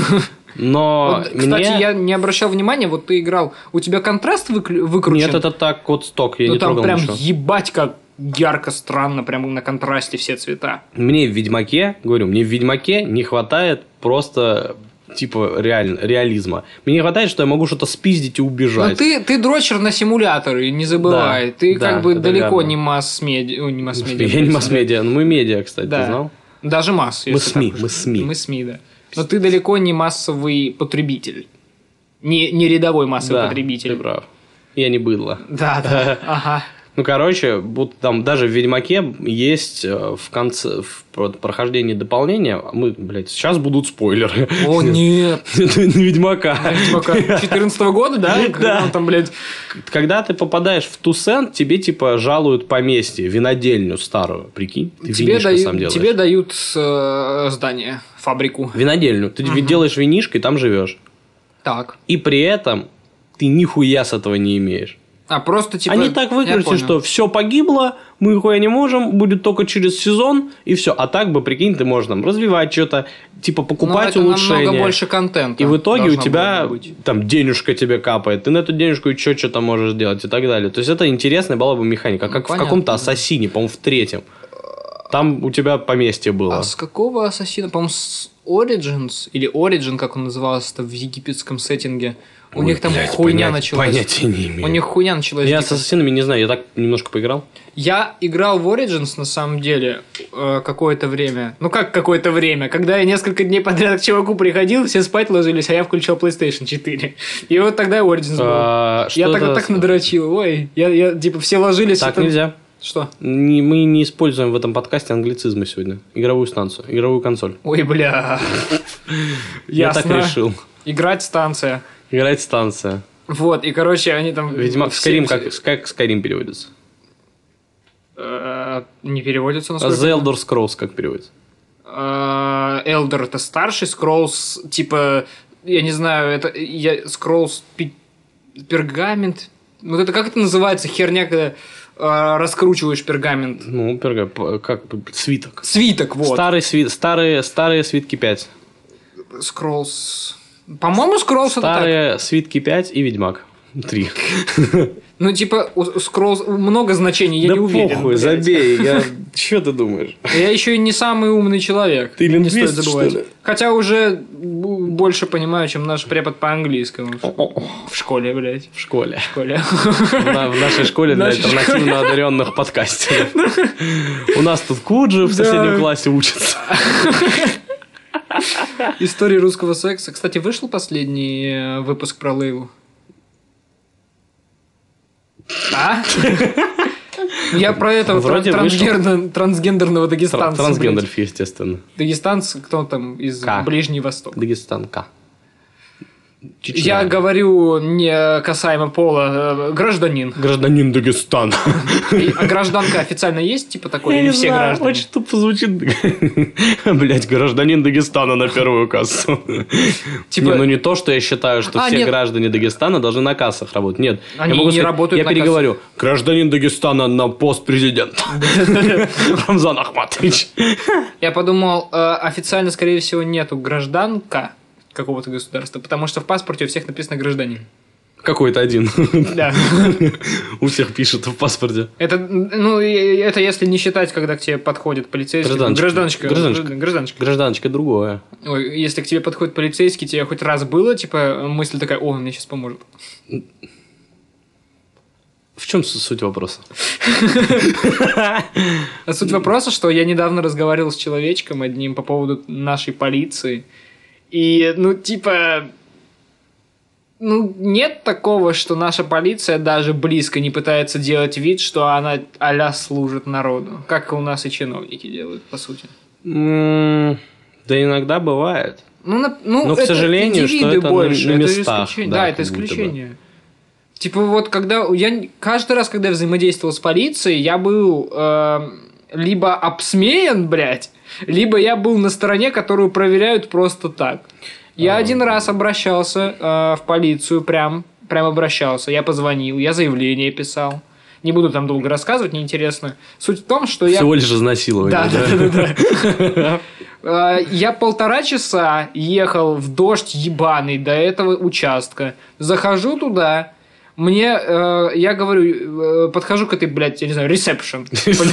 Но Вот, кстати, мне... я не обращал внимания, вот ты играл, у тебя контраст выклю- выкручен? Нет, это так вот сток, я Ну не там трогал прям ничего. ебать как ярко, странно, прям на контрасте все цвета. Мне в Ведьмаке, говорю, мне в Ведьмаке не хватает просто типа реаль... реализма. Мне не хватает, что я могу что-то спиздить и убежать. Но ты, ты дрочер на симуляторы, не забывай. Да, ты да, как бы это далеко верно. не масс-медиа. Ой, не масс-медиа. Я не масс-медиа, но мы медиа, кстати, Да. ты знал? Даже масс. Мы если СМИ, так мы уж. СМИ. Мы СМИ, да. Но ты далеко не массовый потребитель. Не, не рядовой массовый Да, потребитель. ты прав. Я не быдло. Да, да. Ага. Ну, короче, вот там даже в Ведьмаке есть э, в конце, в про- прохождении дополнения, мы, блядь, сейчас будут спойлеры. О, нет. Ведьмака. четырнадцатого года, да? Когда он там, блядь... Когда ты попадаешь в Тусент, тебе типа жалуют поместье, винодельню старую, прикинь. Ты Тебе винишко сам дают, делаешь. тебе дают э, здание, фабрику. Винодельню. Ты ведь делаешь винишко и там живешь. Так. И при этом ты нихуя с этого не имеешь. А просто типа... Они так я выкрутили, понял. что все погибло, мы нихуя не можем, будет только через сезон, и все. А так бы, прикинь, ты можешь там развивать что-то, типа покупать Ну, это улучшения. намного больше контента. И в итоге у должно тебя было быть. там денежка тебе капает, ты на эту денежку еще что-то можешь делать и так далее. То есть это интересная была бы механика, как Ну, в понятно, каком-то да. Ассасине, по-моему, в третьем. Там у тебя поместье было. А с какого ассасина? По-моему, с Origins или Origin, как он назывался в египетском сеттинге. У Ой, них там блядь, хуйня понять- началась. Понятия не имею. У них хуйня началась. Я дико. с ассасинами не знаю, я так немножко поиграл. Я играл в Origins, на самом деле, э, какое-то время. Ну, как какое-то время? Когда я несколько дней подряд к чуваку приходил, все спать ложились, а я включал PlayStation четыре. И вот тогда Origins был. А, Я что так, это- так надрочил. Ой, я, я, типа, все ложились. Так это- нельзя. Что? Не- мы не используем в этом подкасте англицизмы сегодня. Игровую станцию, игровую консоль. Ой, бля. Я так Ясно. решил. Играть станция. Играть станция. Вот, и, короче, они там... Ведьмак все- Skyrim, как, как Skyrim переводится? Э, Не переводится, А насколько... The Elder Scrolls как переводится? Э, Elder это старший, Scrolls, типа, я не знаю, это я Scrolls пи- пергамент. Вот это как это называется херня, когда э, раскручиваешь пергамент? Ну, перга, п- как бы, свиток. Свиток, вот. Старый сви- старые, старые свитки пять. Scrolls. По-моему, Scrolls это так. Старые свитки пять и Ведьмак три. Ну, типа, у Scrolls много значений, я Да не уверен. похуй, блядь. забей. Я... Что ты думаешь? Я еще и не самый умный человек. Ты не стоит лингвист, забывать. что ли? Хотя уже б- больше понимаю, чем наш препод по английскому. В школе, блядь. В школе. В школе. На- В нашей школе для В нашей альтернативно одаренных подкастеров. У нас тут Куджи в Да. соседнем классе учится. История русского секса. Кстати, вышел последний э, выпуск про Лейлу? А? Я про этого Вроде тран- вышел. трансгендер- трансгендерного дагестанца. Трансгендер, блядь. естественно. Дагестанец, кто там из К. Ближний Восток. Дагестанка. Чечня. Я говорю не касаемо пола, э, гражданин. Гражданин Дагестана. И- А гражданка официально есть, типа такой, Я или не все знаю, граждане? очень тупо звучит. Блять, гражданин Дагестана на первую кассу. Типа- Не, ну не то, что я считаю, что А, все нет. граждане Дагестана должны на кассах работать. Нет. Они я могу не сказать, работают Я на переговорю. Гражданин Дагестана на пост президента. Рамзан Ахматович. Я подумал, э, официально, скорее всего, нету гражданка какого-то государства, потому что в паспорте у всех написано гражданин. Какой-то один. Да. У всех пишет в паспорте. Это, ну, и- это если не считать, когда к тебе подходит полицейский. Гражданочка. Гражданочка. Гражданочка. Гражданочка. Гражданочка другое. Ой, если к тебе подходит полицейский, тебе хоть раз было, типа, мысль такая, о, он мне сейчас поможет. В чем суть вопроса? А суть вопроса, что я недавно разговаривал с человечком одним по поводу нашей полиции. И, ну, типа... Ну, нет такого, что наша полиция даже близко не пытается делать вид, что она а-ля служит народу. Как у нас и чиновники делают, по сути. М, Да иногда бывает. Ну, на- ну Но, к это сожалению, что индивиды это на- больше, на это местах, исключение. да, Да, это как будто бы. исключение. Типа вот когда я каждый раз, когда я взаимодействовал с полицией, я был э, либо обсмеян, блядь, либо я был на стороне, которую проверяют просто так. Я А. один раз обращался э, в полицию прям прям обращался. Я позвонил, я заявление писал. Не буду там долго рассказывать, неинтересно. Суть в том, что я... Всего лишь изнасилование. Да, да, да, да. Я полтора часа ехал в дождь ебаный до этого участка. Захожу туда... Мне, э, я говорю, э, подхожу к этой, блядь, я не знаю, ресепшн.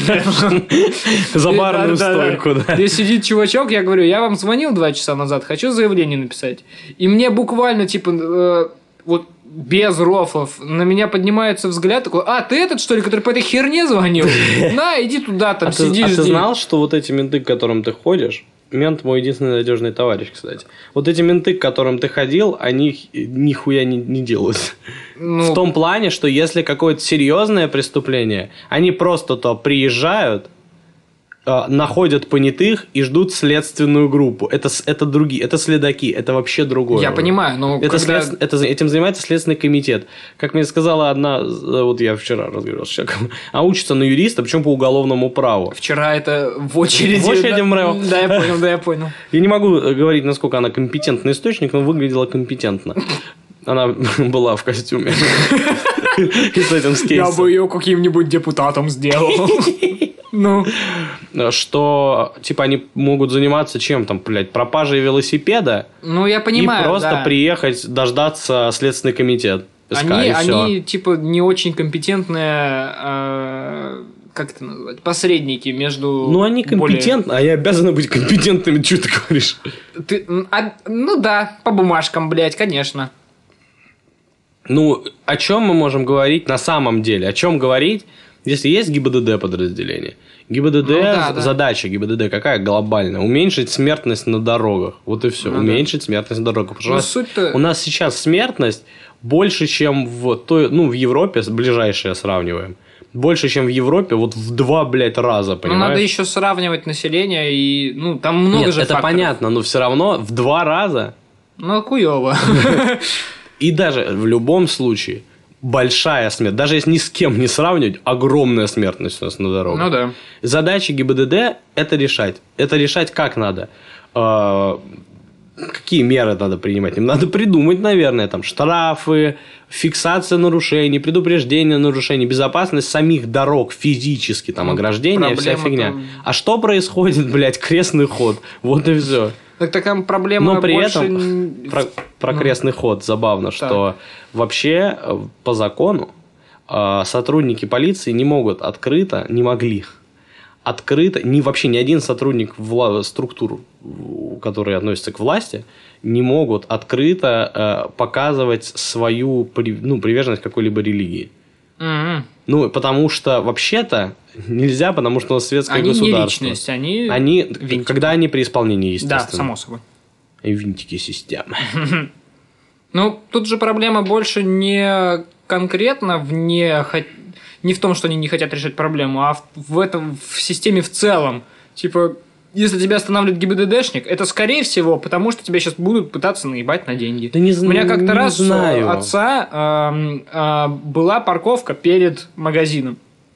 За барную стойку, да. Здесь сидит чувачок, я говорю, я вам звонил два часа назад, хочу заявление написать. И мне буквально, типа, вот без рофлов на меня поднимается взгляд такой, а, ты этот, что ли, который по этой херне звонил? На, иди туда, там сиди, жди. А ты знал, что вот эти менты, к которым ты ходишь, мент мой единственный надежный товарищ, кстати. Вот эти менты, к которым ты ходил, они нихуя не, не делают. Ну... В том плане, что если какое-то серьезное преступление, они просто то приезжают, э, находят понятых и ждут следственную группу. Это, это другие, это следаки, это вообще другое. Я понимаю, но это когда... след... это, этим занимается Следственный комитет. Как мне сказала одна, вот я вчера разговаривал с человеком, а учится на юриста, причем по уголовному праву. Вчера это в очереди. В очереди да? в МРЭО. Да, я понял, да, я понял. Я не могу говорить, насколько она компетентный источник, но выглядела компетентно. Она была в костюме. И с этим с кейсом. Я бы ее каким-нибудь депутатом сделал. Ну. Что, типа, они могут заниматься чем там, блядь, пропажей велосипеда. Ну, я понимаю, и просто да. приехать, дождаться Следственный комитет. СК, они, и они типа, не очень компетентные... Э- как это назвать? Посредники между... Ну, они компетентны, более... а я обязаны быть компетентными, что ты говоришь? Ты, а, ну да, по бумажкам, блядь, конечно. Ну, о чем мы можем говорить на самом деле? О чем говорить, если есть ГИБДД подразделение? ГИБДД, ну, да, да. Задача ГИБДД какая глобальная? Уменьшить смертность на дорогах. Вот и все. Ну, уменьшить да. смертность на дорогах. Потому ну, что у нас сейчас смертность больше, чем в той, ну, в Европе, ближайшие сравниваем. Больше, чем в Европе, вот в два, блядь, раза, понимаешь? Ну, надо еще сравнивать население, и, ну, там много Нет, же это факторов. понятно, но все равно в два раза. Ну, хуёво. И даже в любом случае, большая смертность, даже если ни с кем не сравнивать, огромная смертность у нас на дорогах. Ну, да. Задача ГИБДД – это решать. Это решать как надо? Какие меры надо принимать? Им надо придумать, наверное, там штрафы, фиксация нарушений, предупреждение нарушений, безопасность самих дорог физически, там, ну, ограждения, вся фигня. Там... А что происходит, блядь, крестный ход? Вот и все. Так такая проблема. Но при больше... этом про, про ну. крестный ход забавно, так. Что вообще по закону сотрудники полиции не могут открыто, не могли открыто, ни, вообще ни один сотрудник вла- структур, которые относятся к власти, не могут открыто э, показывать свою при, ну, приверженность к какой-либо религии. Mm-hmm. Ну, потому что вообще-то нельзя, потому что у нас светское они государство. Они не личность, они... они когда они при исполнении, естественно. Да, само собой. Винтики системы. Ну, тут же проблема больше не конкретно в не... не в том, что они не хотят решать проблему, а в, в этом, в системе в целом. Типа, если тебя останавливает ГИБДДшник, это скорее всего, потому что тебя сейчас будут пытаться наебать на деньги. Да не, У меня как-то не раз знаю. у отца э, э, была парковка перед магазином.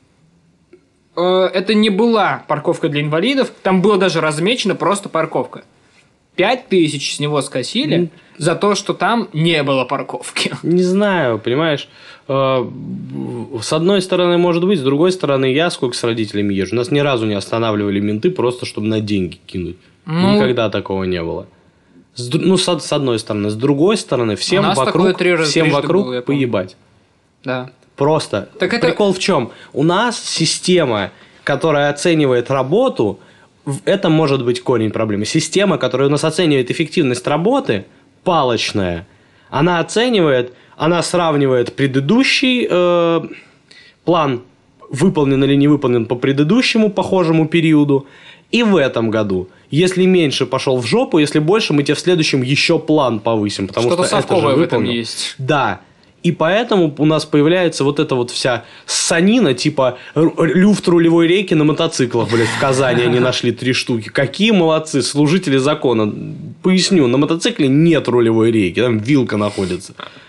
Э, это не была парковка для инвалидов, там было даже размечено просто парковка. Пять тысяч с него скосили mm. за то, что там не было парковки. Не знаю, понимаешь, э, с одной стороны может быть, с другой стороны я сколько с родителями езжу, нас ни разу не останавливали менты просто, чтобы на деньги кинуть. Ну, никогда такого не было. С, ну, с, с одной стороны. С другой стороны, всем вокруг, три, всем вокруг было, поебать. Да. Просто. Так это... Прикол в чем? У нас система, которая оценивает работу... Это может быть корень проблемы. Система, которая у нас оценивает эффективность работы, палочная, она оценивает, она сравнивает предыдущий э, план, выполнен или не выполнен по предыдущему похожему периоду, и в этом году. Если меньше пошел в жопу, если больше, мы тебе в следующем еще план повысим. Потому Что-то что это же в этом есть. Да. И поэтому у нас появляется вот эта вот вся ссанина, типа люфт рулевой рейки на мотоциклах, блядь, в Казани они нашли три штуки. Какие молодцы, служители закона. Поясню, на мотоцикле нет рулевой рейки, там вилка находится.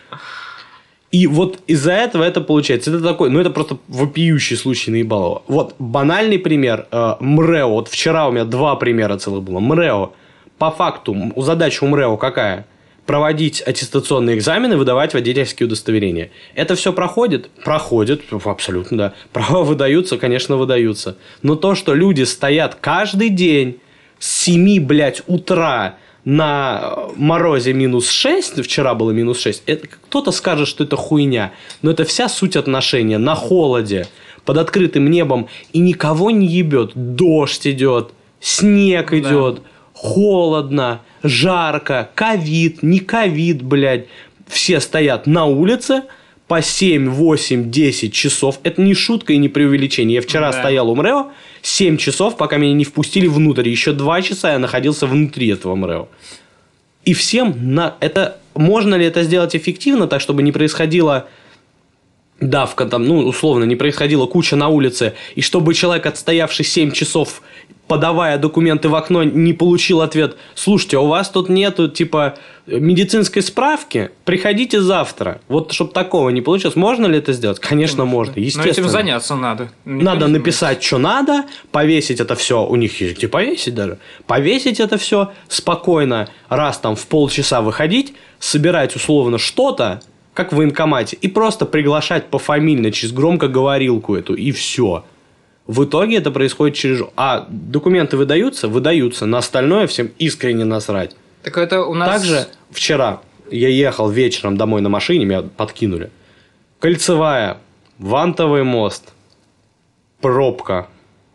И вот из-за этого это получается. Это такой, ну это просто вопиющий случай наебалово. Вот банальный пример. МРЭО. Вот вчера у меня два примера целых было. МРЭО. По факту, задача у МРЭО какая? проводить аттестационные экзамены, выдавать водительские удостоверения. Это все проходит? Проходит, абсолютно, да. Права выдаются, конечно, выдаются. Но то, что люди стоят каждый день с семи, блядь, утра на морозе минус шесть, вчера было минус шесть, это, кто-то скажет, что это хуйня, но это вся суть отношения. На холоде, под открытым небом, и никого не ебет. Дождь идет, снег идет, да. Холодно, жарко, ковид, не ковид, блядь. Все стоят на улице по семь, восемь, десять часов. Это не шутка и не преувеличение. Я вчера да. стоял у МРЭО семь часов, пока меня не впустили внутрь. Еще два часа я находился внутри этого МРЭО. И всем на это... Можно ли это сделать эффективно, так, чтобы не происходило... давка там, ну, условно, не происходила куча на улице, и чтобы человек, отстоявший семь часов, подавая документы в окно, не получил ответ: слушайте, а у вас тут нету, типа, медицинской справки? Приходите завтра. Вот, чтобы такого не получилось. Можно ли это сделать? Конечно, можно. Естественно. Но этим заняться надо. Надо написать, что надо, повесить это все. У них есть где повесить даже. Повесить это все спокойно, раз там в полчаса выходить, собирать условно что-то, как в военкомате, и просто приглашать пофамильно через громкоговорилку эту, и все. В итоге это происходит через... А документы выдаются? Выдаются. На остальное всем искренне насрать. Так это у нас... Также вчера я ехал вечером домой на машине, меня подкинули. Кольцевая, Вантовый мост, пробка.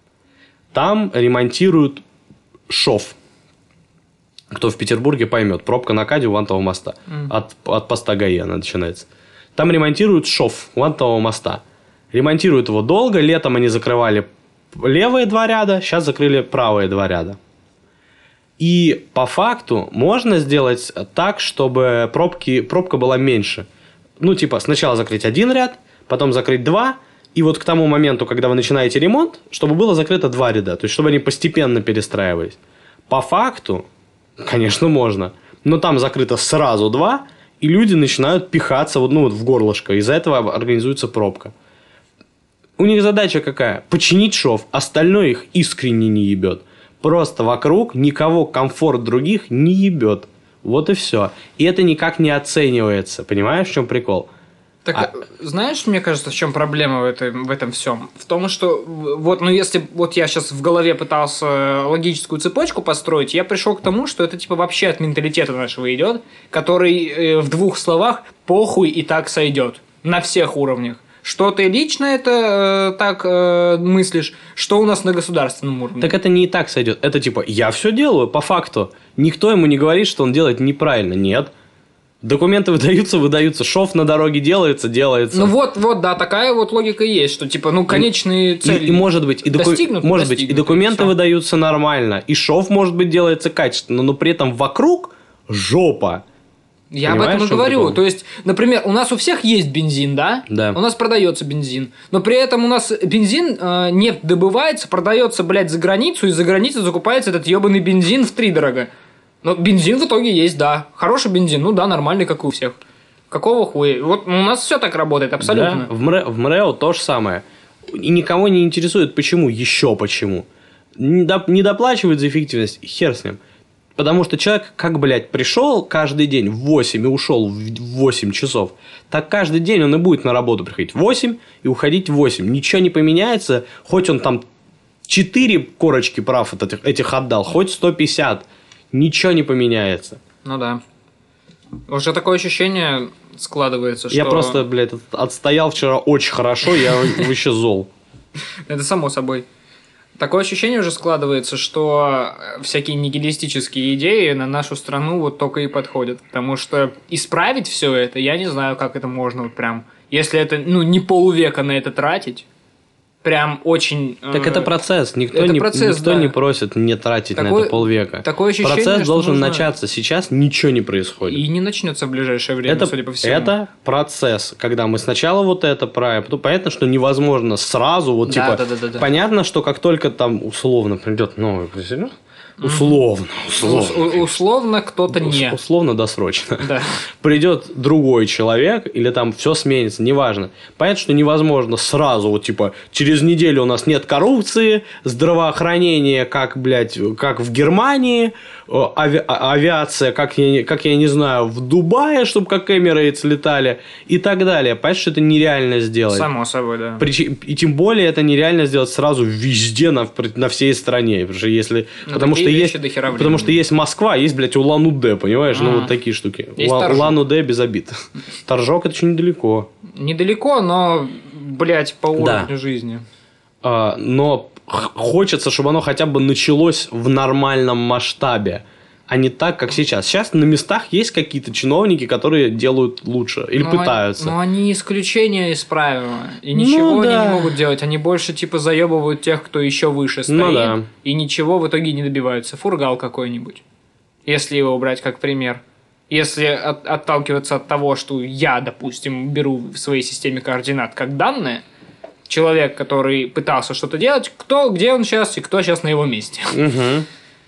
Там ремонтируют шов. Кто в Петербурге поймет. Пробка на Каде у Вантового моста. Mm. От, от поста ГАИ она начинается. Там ремонтируют шов Вантового моста. Ремонтируют его долго. Летом они закрывали левые два ряда. Сейчас закрыли правые два ряда. И по факту можно сделать так, чтобы пробки, пробка была меньше. Ну, типа, сначала закрыть один ряд, потом закрыть два. И вот к тому моменту, когда вы начинаете ремонт, чтобы было закрыто два ряда. То есть, чтобы они постепенно перестраивались. По факту... Конечно, можно. Но там закрыто сразу два, и люди начинают пихаться вот, ну, вот в горлышко. Из-за этого организуется пробка. У них задача какая? Починить шов. Остальное их искренне не ебет. Просто вокруг никого комфорт других не ебет. Вот и все. И это никак не оценивается. Понимаешь, в чем прикол? Так, а... знаешь, мне кажется, в чем проблема в, этой, в этом всем? В том, что вот, ну, если вот я сейчас в голове пытался логическую цепочку построить, я пришел к тому, что это типа вообще от менталитета нашего идет, который э, в двух словах похуй и так сойдет на всех уровнях. Что ты лично это э, так э, мыслишь, что у нас на государственном уровне? Так это не и так сойдет. Это типа я все делаю по факту. Никто ему не говорит, что он делает неправильно. Нет. Документы выдаются, выдаются, шов на дороге делается, делается. Ну вот, вот, да, такая вот логика и есть, что типа, ну, конечные цели и, и может быть, и, доку... может быть, и документы и выдаются нормально, и шов, может быть, делается качественно, но при этом вокруг жопа. Я Понимаешь, об этом и говорю. Такое? То есть, например, у нас у всех есть бензин, да? Да. У нас продается бензин. Но при этом у нас бензин, э, нефть добывается, продается, блядь, за границу, и за границей закупается этот ебаный бензин втридорога. Но бензин в итоге есть, да. Хороший бензин, ну да, нормальный, как и у всех. Какого хуя? Вот у нас все так работает, абсолютно. Да, в, МРЭ, в МРЭО то же самое. И никого не интересует, почему, еще почему. Не, доп, не доплачивают за эффективность, хер с ним. Потому что человек, как, блядь, пришел каждый день в восемь и ушел в восемь часов, так каждый день он и будет на работу приходить в восемь и уходить в восемь. Ничего не поменяется, хоть он там четыре корочки прав от этих, этих отдал, хоть сто пятьдесят. Ничего не поменяется. Ну да. Уже такое ощущение складывается, что... Я просто, блядь, отстоял вчера очень хорошо, я вообще зол. Это само собой. Такое ощущение уже складывается, что всякие нигилистические идеи на нашу страну вот только и подходят. Потому что исправить все это, я не знаю, как это можно вот прям... Если это, ну, не полвека на это тратить... Прям очень... Так э, это процесс. Никто, это не, процесс, никто да. не просит не тратить такое, на это полвека. Такое ощущение, процесс должен нужно... начаться. Сейчас ничего не происходит. И не начнется в ближайшее время, это, судя по всему. Это процесс. Когда мы сначала вот это правим, потом понятно, что невозможно сразу. Вот, да, типа, да, да, да, да. Понятно, что как только там условно придет новый президент, Условно, условно. У- условно кто-то не. Условно досрочно. Да. Придет другой человек, или там все сменится, неважно. Понятно, что невозможно сразу, вот типа, через неделю у нас нет коррупции, здравоохранение, как, блядь, как в Германии, ави- авиация, как я, как я не знаю, в Дубае, чтобы как Эмирейтс летали, и так далее. Понятно, что это нереально сделать. Само собой, да. Причем- И тем более это нереально сделать сразу везде, на, на всей стране. Потому что если... Ну, потому, что такие есть, вещи до хера потому что есть Москва, есть, блядь, Улан-Удэ, понимаешь? А. Ну, вот такие штуки. Есть Ула- Торжок. Улан-Удэ без обид. Торжок – это еще недалеко. Недалеко, но, блядь, по уровню Да. жизни. А, но х- хочется, чтобы оно хотя бы началось в нормальном масштабе, а не так, как сейчас. Сейчас на местах есть какие-то чиновники, которые делают лучше или Но пытаются. они- Но они исключение из правила. И ничего Ну, они да. не могут делать. Они больше типа заебывают тех, кто еще выше стоит. Ну, да. И ничего в итоге не добиваются. Фургал какой-нибудь. Если его брать как пример. Если от- отталкиваться от того, что я, допустим, беру в своей системе координат как данное, человек, который пытался что-то делать, кто, где он сейчас и кто сейчас на его месте. Мгм.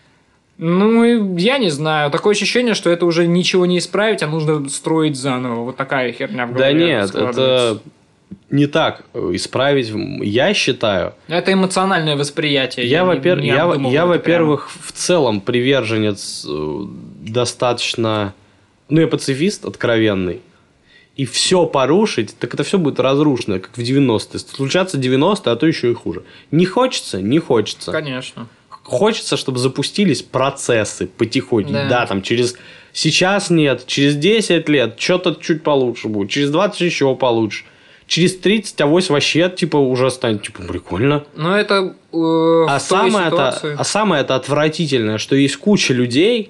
Ну, и я не знаю. Такое ощущение, что это уже ничего не исправить, а нужно строить заново. Вот такая херня в Да голове нет, складывается. это не так исправить. Я считаю, Это эмоциональное восприятие. Я, не- во-пер- не я, обдумываю я, это во-первых, в целом приверженец э, достаточно... Ну, я пацифист откровенный. И все порушить, так это все будет разрушено, как в девяностые. Случаться девяностые, а то еще и хуже. Не хочется? Не хочется. прямо. Конечно. Хочется, чтобы запустились процессы потихоньку. Да. Да. там через... Сейчас нет, через десять лет что-то чуть получше будет, через двадцать еще получше. Через тридцать, авось вообще, типа, уже станет, типа, прикольно. Но это э, А в той самое, это, ситуации... а самое это отвратительное, что есть куча людей,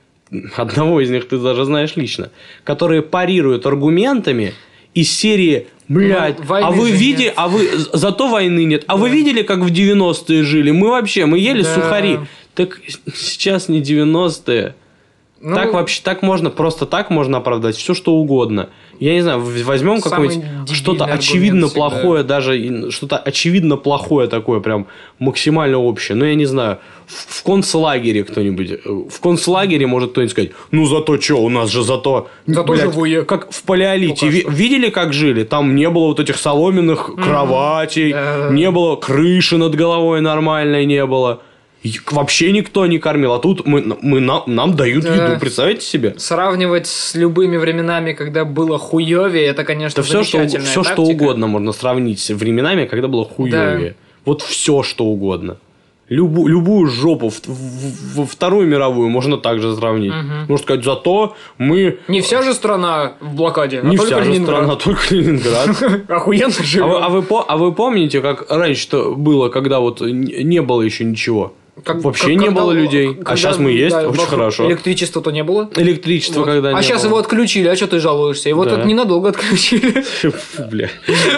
одного из них ты даже знаешь лично, которые парируют аргументами из серии «Блядь, Ну, войны а вы же видели, нет. а вы зато войны нет, а вы видели, как в девяностые жили? Мы вообще, мы ели Да. сухари». Так сейчас не девяностые. Ну, Так вообще, так можно, просто так можно оправдать все, что угодно. Я не знаю, возьмем Самый какое-нибудь дебильный что-то аргумент очевидно всегда. плохое, даже и что-то очевидно плохое такое, прям максимально общее. Ну, я не знаю, в, в концлагере кто-нибудь, э, в концлагере может кто-нибудь сказать, ну, зато что, у нас же зато... Зато блядь, живые. как в палеолите. Пока Ви- что. видели, как жили? Там не было вот этих соломенных кроватей, Да-да-да. не было крыши над головой нормальной, не было. И вообще никто не кормил. А тут мы, мы, нам, нам дают Да. еду, представляете себе? Сравнивать с любыми временами, когда было хуёвее, это, конечно, Это все, что, замечательная все что тактика. угодно можно сравнить с временами, когда было хуевее. Вот все, что угодно. Любу, любую жопу, в, в- во Вторую мировую можно также сравнить. Мгм. Можно сказать, зато мы... Не вся же страна в блокаде, Не а только вся же Ленинград. страна, только Ленинград. Охуенно А живем. вы, а, вы, по- а вы помните, как раньше-то было, когда вот н- не было еще ничего? Как- Вообще как- не когда- было людей. когда- а сейчас мы есть, да, очень вокруг хорошо. Электричества-то не было. Электричество, Вот. когда а не сейчас было. его отключили, а что ты жалуешься? Его Да. тут ненадолго отключили. Фу, бля.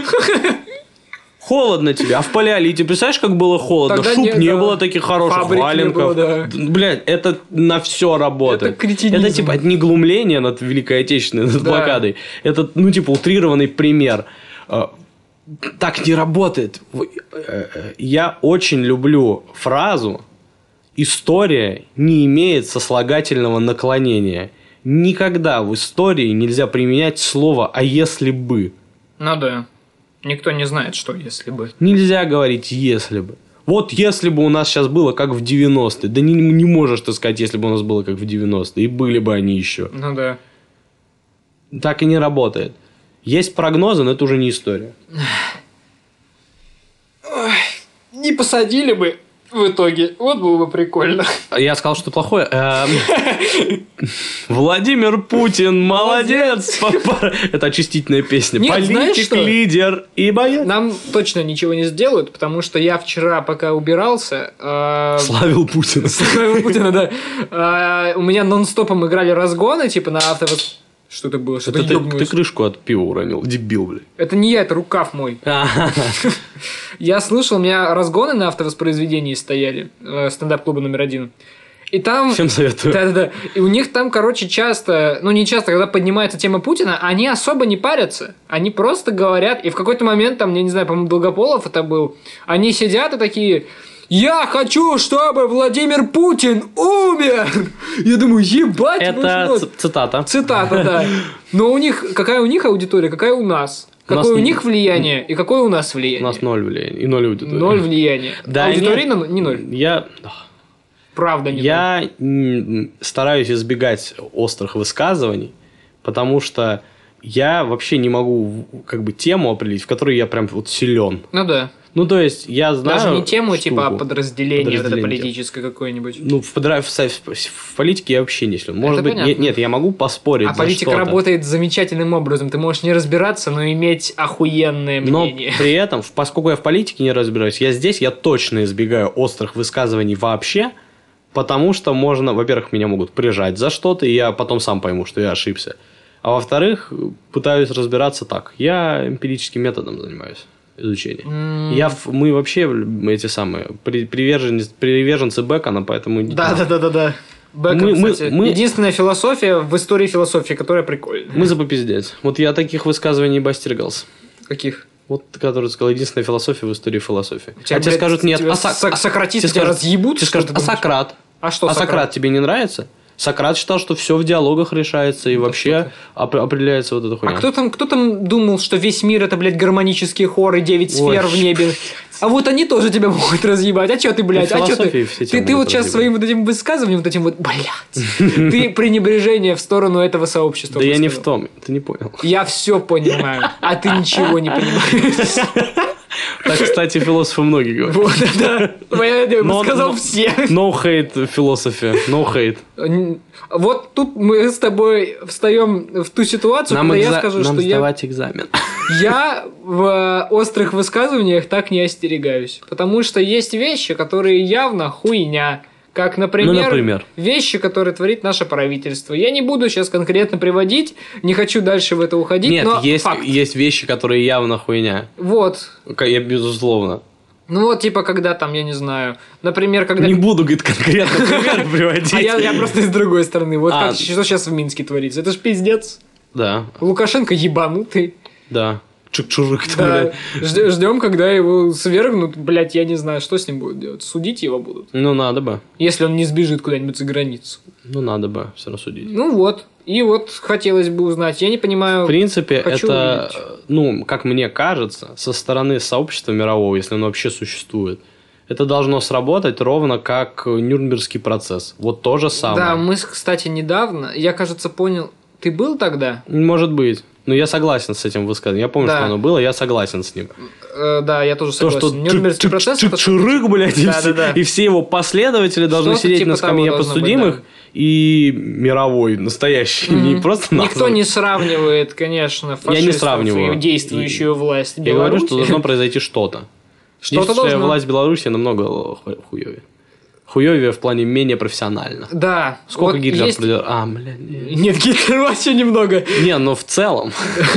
Холодно тебе. А в палеолите, представляешь, как было холодно? Тогда Шуб не- не, да. было таких хороших Фабрик не валенков. было, да. Д- Блядь, это на все работает. Это кретинизм. Это типа это не глумление над Великой Отечественной, над Да. блокадой. Это, ну, типа, утрированный пример. Э, Так не работает. Вы- э, э, Я очень люблю фразу «История не имеет сослагательного наклонения». Никогда в истории нельзя применять слово «а если бы». Ну да. Никто не знает, что если бы. Нельзя говорить «если бы». Вот если бы у нас сейчас было как в девяностые. Да не, не можешь ты сказать, если бы у нас было как в девяностые. И были бы они еще. Ну да. Так и не работает. Есть прогнозы, но это уже не история. Не посадили бы в итоге. Вот было бы прикольно. Я сказал, что плохое. Эм, Владимир Путин, молодец. Папа. Это очистительная песня. Нет, знаешь Политик, что? лидер и боец. Нам точно ничего не сделают, потому что я вчера, пока убирался... э, Славил Путина. Славил Путина, да. А, у меня нон-стопом играли разгоны, типа на автовос... Что это было? Что-то Это ты, ёбнулось. ты крышку от пива уронил. Дебил, блядь. Это не я, это рукав мой. Я слушал, у меня разгоны на автовоспроизведении стояли. э, Стендап-клуба номер один. И там... Всем советую. Да-да-да. И у них там, короче, часто... Ну, не часто, когда поднимается тема Путина, они особо не парятся. Они просто говорят... И в какой-то момент, там, я не знаю, по-моему, Долгополов это был... Они сидят и такие... Я хочу, чтобы Владимир Путин умер. Я думаю, ебать. Это ц- цитата. Цитата, да. Но у них, какая у них аудитория, какая у нас? У Какое нас у не- них влияние и какое у нас влияние? У нас ноль влияния и ноль аудитории. Ноль влияния. Да, Аудитория нет. не ноль. Я... Правда не ноль. Я м, стараюсь избегать острых высказываний, потому что я вообще не могу как бы тему определить, в которой я прям вот силен. Ну да. Ну, то есть, я знаю... Даже не тему, штуку. типа, а подразделение, вот это Подразделение. политическое какое-нибудь. Ну, в, подра- в, со- в политике я вообще не силен. Может Это быть, понятно. нет, нет, я могу поспорить А за политика что-то. работает замечательным образом. Ты можешь не разбираться, но иметь охуенное Но мнение. при этом, в- поскольку я в политике не разбираюсь, я здесь, я точно избегаю острых высказываний вообще, потому что можно, во-первых, меня могут прижать за что-то, и я потом сам пойму, что я ошибся. А во-вторых, пытаюсь разбираться так. Я эмпирическим методом занимаюсь. Изучения. М. Я, в- мы вообще эти самые при- приверженцы, приверженцы Бекона, поэтому... идите Да, да, да, да, да. Бэкон, Мы- мы- кстати, мы- единственная философия в истории философии, которая прикольная. Мы за попиздец. Вот я таких высказываний бы остерегался. Каких? Вот, который сказал, единственная философия в истории философии. Тебя, а тебе блядь, скажут, нет, тебя а, Со- сок- а- сократисты тебе тебя скажут- разъебут, тебе что скажут, ты а думаешь? Сократ? А что а Сократ? Сократ тебе не нравится? Сократ считал, что все в диалогах решается и вообще оп- определяется вот эта хуйня. А кто там, кто там думал, что весь мир это, блядь, гармонические хоры, девять сфер Ой. в небе? А вот они тоже тебя могут разъебать. А чё ты, блядь? Ну, А чё ты? философии все Ты, тебя ты могут вот сейчас разъебать. своим вот этим высказыванием, вот этим вот, блядь, ты пренебрежение в сторону этого сообщества. Да я не в высказал. том, ты не понял. Я все понимаю, а ты ничего не понимаешь. Так, кстати, философы многие говорят. Вот, да. Я Но- сказал но- все. No hate философия, no hate. Вот тут мы с тобой встаем в ту ситуацию, Нам, когда я экза- скажу, нам что я, сдавать экзамен. я в острых высказываниях так не остерегаюсь. Потому что есть вещи, которые явно хуйня. Как, например, Ну, например. вещи, которые творит наше правительство. Я не буду сейчас конкретно приводить, не хочу дальше в это уходить, Нет, но есть, факт. есть вещи, которые явно хуйня. Вот. К- Я, безусловно. Ну вот, типа, когда там, я не знаю, например, когда... Не буду, говорит, конкретно пример приводить. А я, я просто с другой стороны. Вот А. как, что сейчас в Минске творится. Это ж пиздец. Да, Лукашенко ебанутый. да. Чик-чурик. Да. Ждем, когда его свергнут. Блять, я не знаю, что с ним будут делать. Судить его будут. Ну, надо бы. Если он не сбежит куда-нибудь за границу. Ну, надо бы все рассудить. Ну вот. И вот хотелось бы узнать. Я не понимаю. В принципе, хочу это, увидеть. ну, как мне кажется, со стороны сообщества мирового, если оно вообще существует, это должно сработать ровно как Нюрнбергский процесс. Вот то же самое. Да, мы, кстати, недавно, я, кажется, понял. Ты был тогда? Может быть. Но я согласен с этим высказыванием. Я помню, Да. что оно было, я согласен с ним. Э, да, я тоже То, согласен. что Нюрнбергский процесс это чурык, блядь, и, Да, все, да, да. и все его последователи должны Что-то сидеть типа на скамье того должно быть, подсудимых, да. и мировой, настоящий, не просто Никто названный. не сравнивает, конечно, Я не фашистов сравниваю. и действующую власть Я говорю, Беларуси. что должно произойти что-то. Что-то Действующая должно. власть Беларуси намного ху- хуёвее. Хуёвее в плане менее профессионально. Да. Сколько вот Гитлер есть- продержал? А, блядь. Не, Нет, Гитлер вообще немного. Не, но в целом.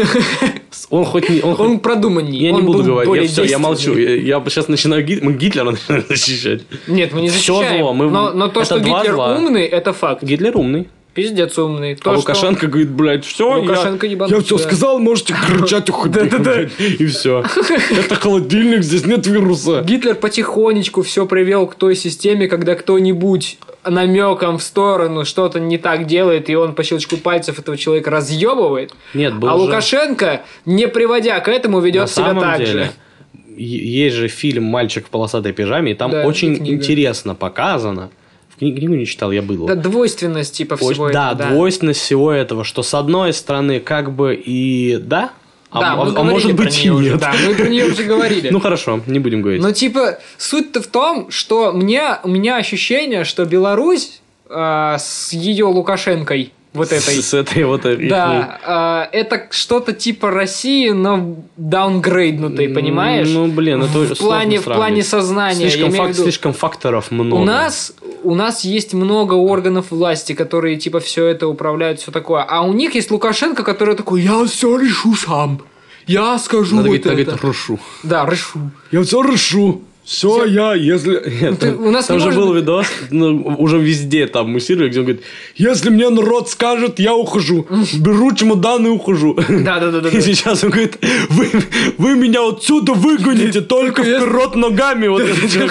Он хоть не... Он хоть- Он продуманней. Я не он буду был говорить, более я все, я молчу. действенный. Я, я сейчас начинаю Гит- мы Гитлера начинаем защищать. Нет, мы не Всё защищаем. зло, мы- но, но то, это что Гитлер два-два. умный, это факт. Гитлер умный. Пиздец умный. То, А что- Лукашенко говорит, блядь, все, Лукашенко я, ебанутый, я все да. сказал, можете кричать, уходить. И все. Это холодильник, здесь нет вируса. Гитлер потихонечку все привел к той системе, когда кто-нибудь намеком в сторону что-то не так делает, и он по щелчку пальцев этого человека разъебывает. Нет, был А же- Лукашенко, не приводя к этому, ведет На себя самом так деле, же. е- есть же фильм «Мальчик в полосатой пижаме», и там Да, очень и книга. интересно показано. В кни- книгу не читал, я был. Да, двойственность типа Очень- всего да, этого. двойственность всего этого, что с одной стороны как бы и да, а, Да, а- мы а говорили может про быть и неё уже, нет. Да, мы про нее уже говорили. Ну хорошо, не будем говорить. Но типа суть-то в том, что мне, у меня ощущение, что Беларусь а, с ее Лукашенкой вот этой. С, с этой вот ихней- Да, а, это что-то типа России, но даунгрейднутой, понимаешь? Ну, блин, это в сложно плане, в сравнивать. плане сознания. Слишком, я имею в фак- виду, слишком факторов много. у нас, у нас есть много органов власти, которые типа все это управляют, все такое. А у них есть Лукашенко, который такой: я все решу сам. Я скажу Надо вот говорить, надо это. говорить, решу. Да, решу. Я все решу. Все, я, если... Нет, ты, у нас там не же может был быть... видос, ну, уже везде там муссировали, где он говорит, если мне народ скажет, я ухожу. Беру чемодан и ухожу. Да-да-да. И сейчас он говорит, вы, вы меня отсюда выгоните, только вперед ногами. Вот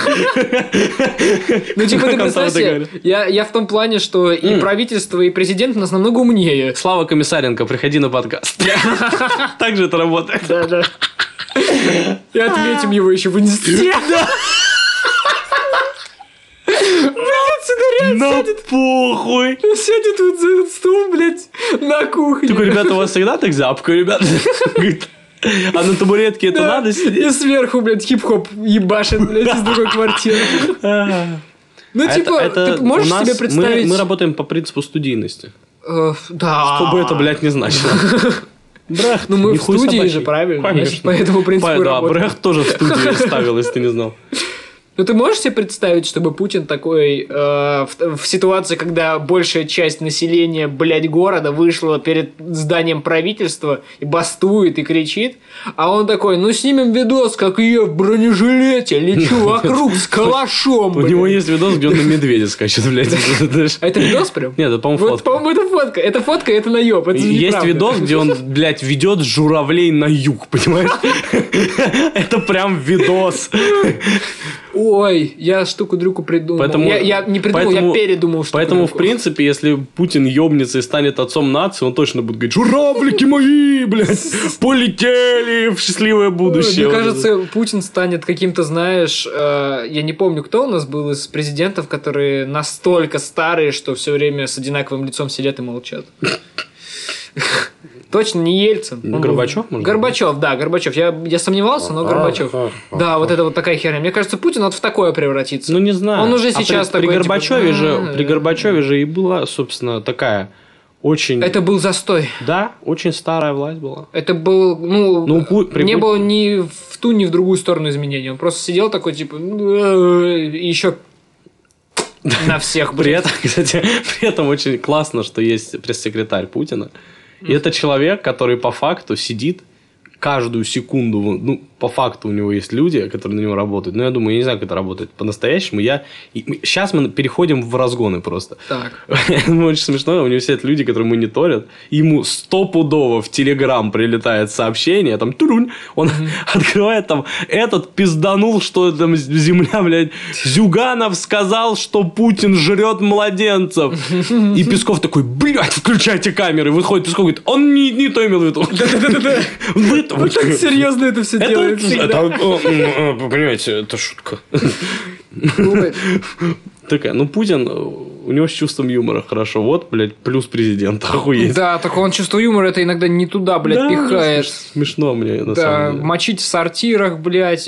ну, типа, ты представь себе, я, я в том плане, что и правительство, и президент у нас намного умнее. Слава Комиссаренко, приходи на подкаст. Так же это работает. Да-да. И отметим его еще в инсте. На похуй. Сядет вот за этот стол, блядь, на кухне. Такой, ребята, у вас всегда так зябко, ребята? А на табуретке это надо сидеть? И сверху, блядь, хип-хоп ебашит, блядь, из другой квартиры. Ну, типа, ты можешь себе представить... Мы работаем по принципу студийности. Да. Что бы это, блядь, не значило. Брехт, ну мы в студии же, правильно? Конечно. По этому принципу Да, работаем. Брехт тоже в студии ставил, если ты не знал. Ну, ты можешь себе представить, чтобы Путин такой э, в, в ситуации, когда большая часть населения, блядь, города вышла перед зданием правительства и бастует и кричит, а он такой, ну, снимем видос, как я в бронежилете лечу вокруг с калашом, блядь. У него есть видос, где он на медведя скачет, блядь. А это видос прям? Нет, это, по-моему, фотка. Вот, по-моему, это фотка. Это фотка, это наеб. Есть видос, где он, блядь, ведет журавлей на юг, понимаешь? Это прям видос. Ой, я штуку-дрюку придумал. Поэтому, я, я не придумал, поэтому, я передумал штуку-дрюку. Поэтому, в принципе, если Путин ёбнется и станет отцом нации, он точно будет говорить, журавлики мои, блядь, полетели в счастливое будущее. Мне кажется, Путин станет каким-то, знаешь, э, я не помню, кто у нас был из президентов, которые настолько старые, что все время с одинаковым лицом сидят и молчат. Точно не Ельцин. Ну, Горбачев, может Горбачев, да, Горбачев. Я, я сомневался, но Горбачев. Да, вот это вот такая херня. Мне кажется, Путин вот в такое превратится. Ну, не знаю. Он уже а сейчас при, такой... При Горбачеве, типа, же, при Горбачеве же и была, собственно, такая очень... Это был застой. Да, очень старая власть была. Это был, ну, ну при... не было ни в ту, ни в другую сторону изменений. Он просто сидел такой, типа, и еще... На всех, при этом, кстати, при этом очень классно, что есть пресс-секретарь Путина. И это человек, который по факту сидит каждую секунду, ну, по факту у него есть люди, которые на него работают. Но я думаю, я не знаю, как это работает по-настоящему. Я... Сейчас мы переходим в разгоны просто. Так. Очень смешно. У него сидят люди, которые мониторят. Ему стопудово в Телеграм прилетает сообщение. Там турунь. Он mm-hmm. открывает там. Этот пизданул, что там земля, блядь. Зюганов сказал, что Путин жрет младенцев. И Песков такой, блядь, включайте камеры. Выходит Песков, говорит, он не, не то имел в виду. Да-да-да. Вот так серьезно это все делает. Это, понимаете, это шутка. Такая, ну, Путин, у него с чувством юмора хорошо. Вот, блядь, плюс президент, охуеть. Да, так он чувство юмора это иногда не туда, блядь, да, пихает. Смешно мне, на да, самом деле. мочить в сортирах, блядь.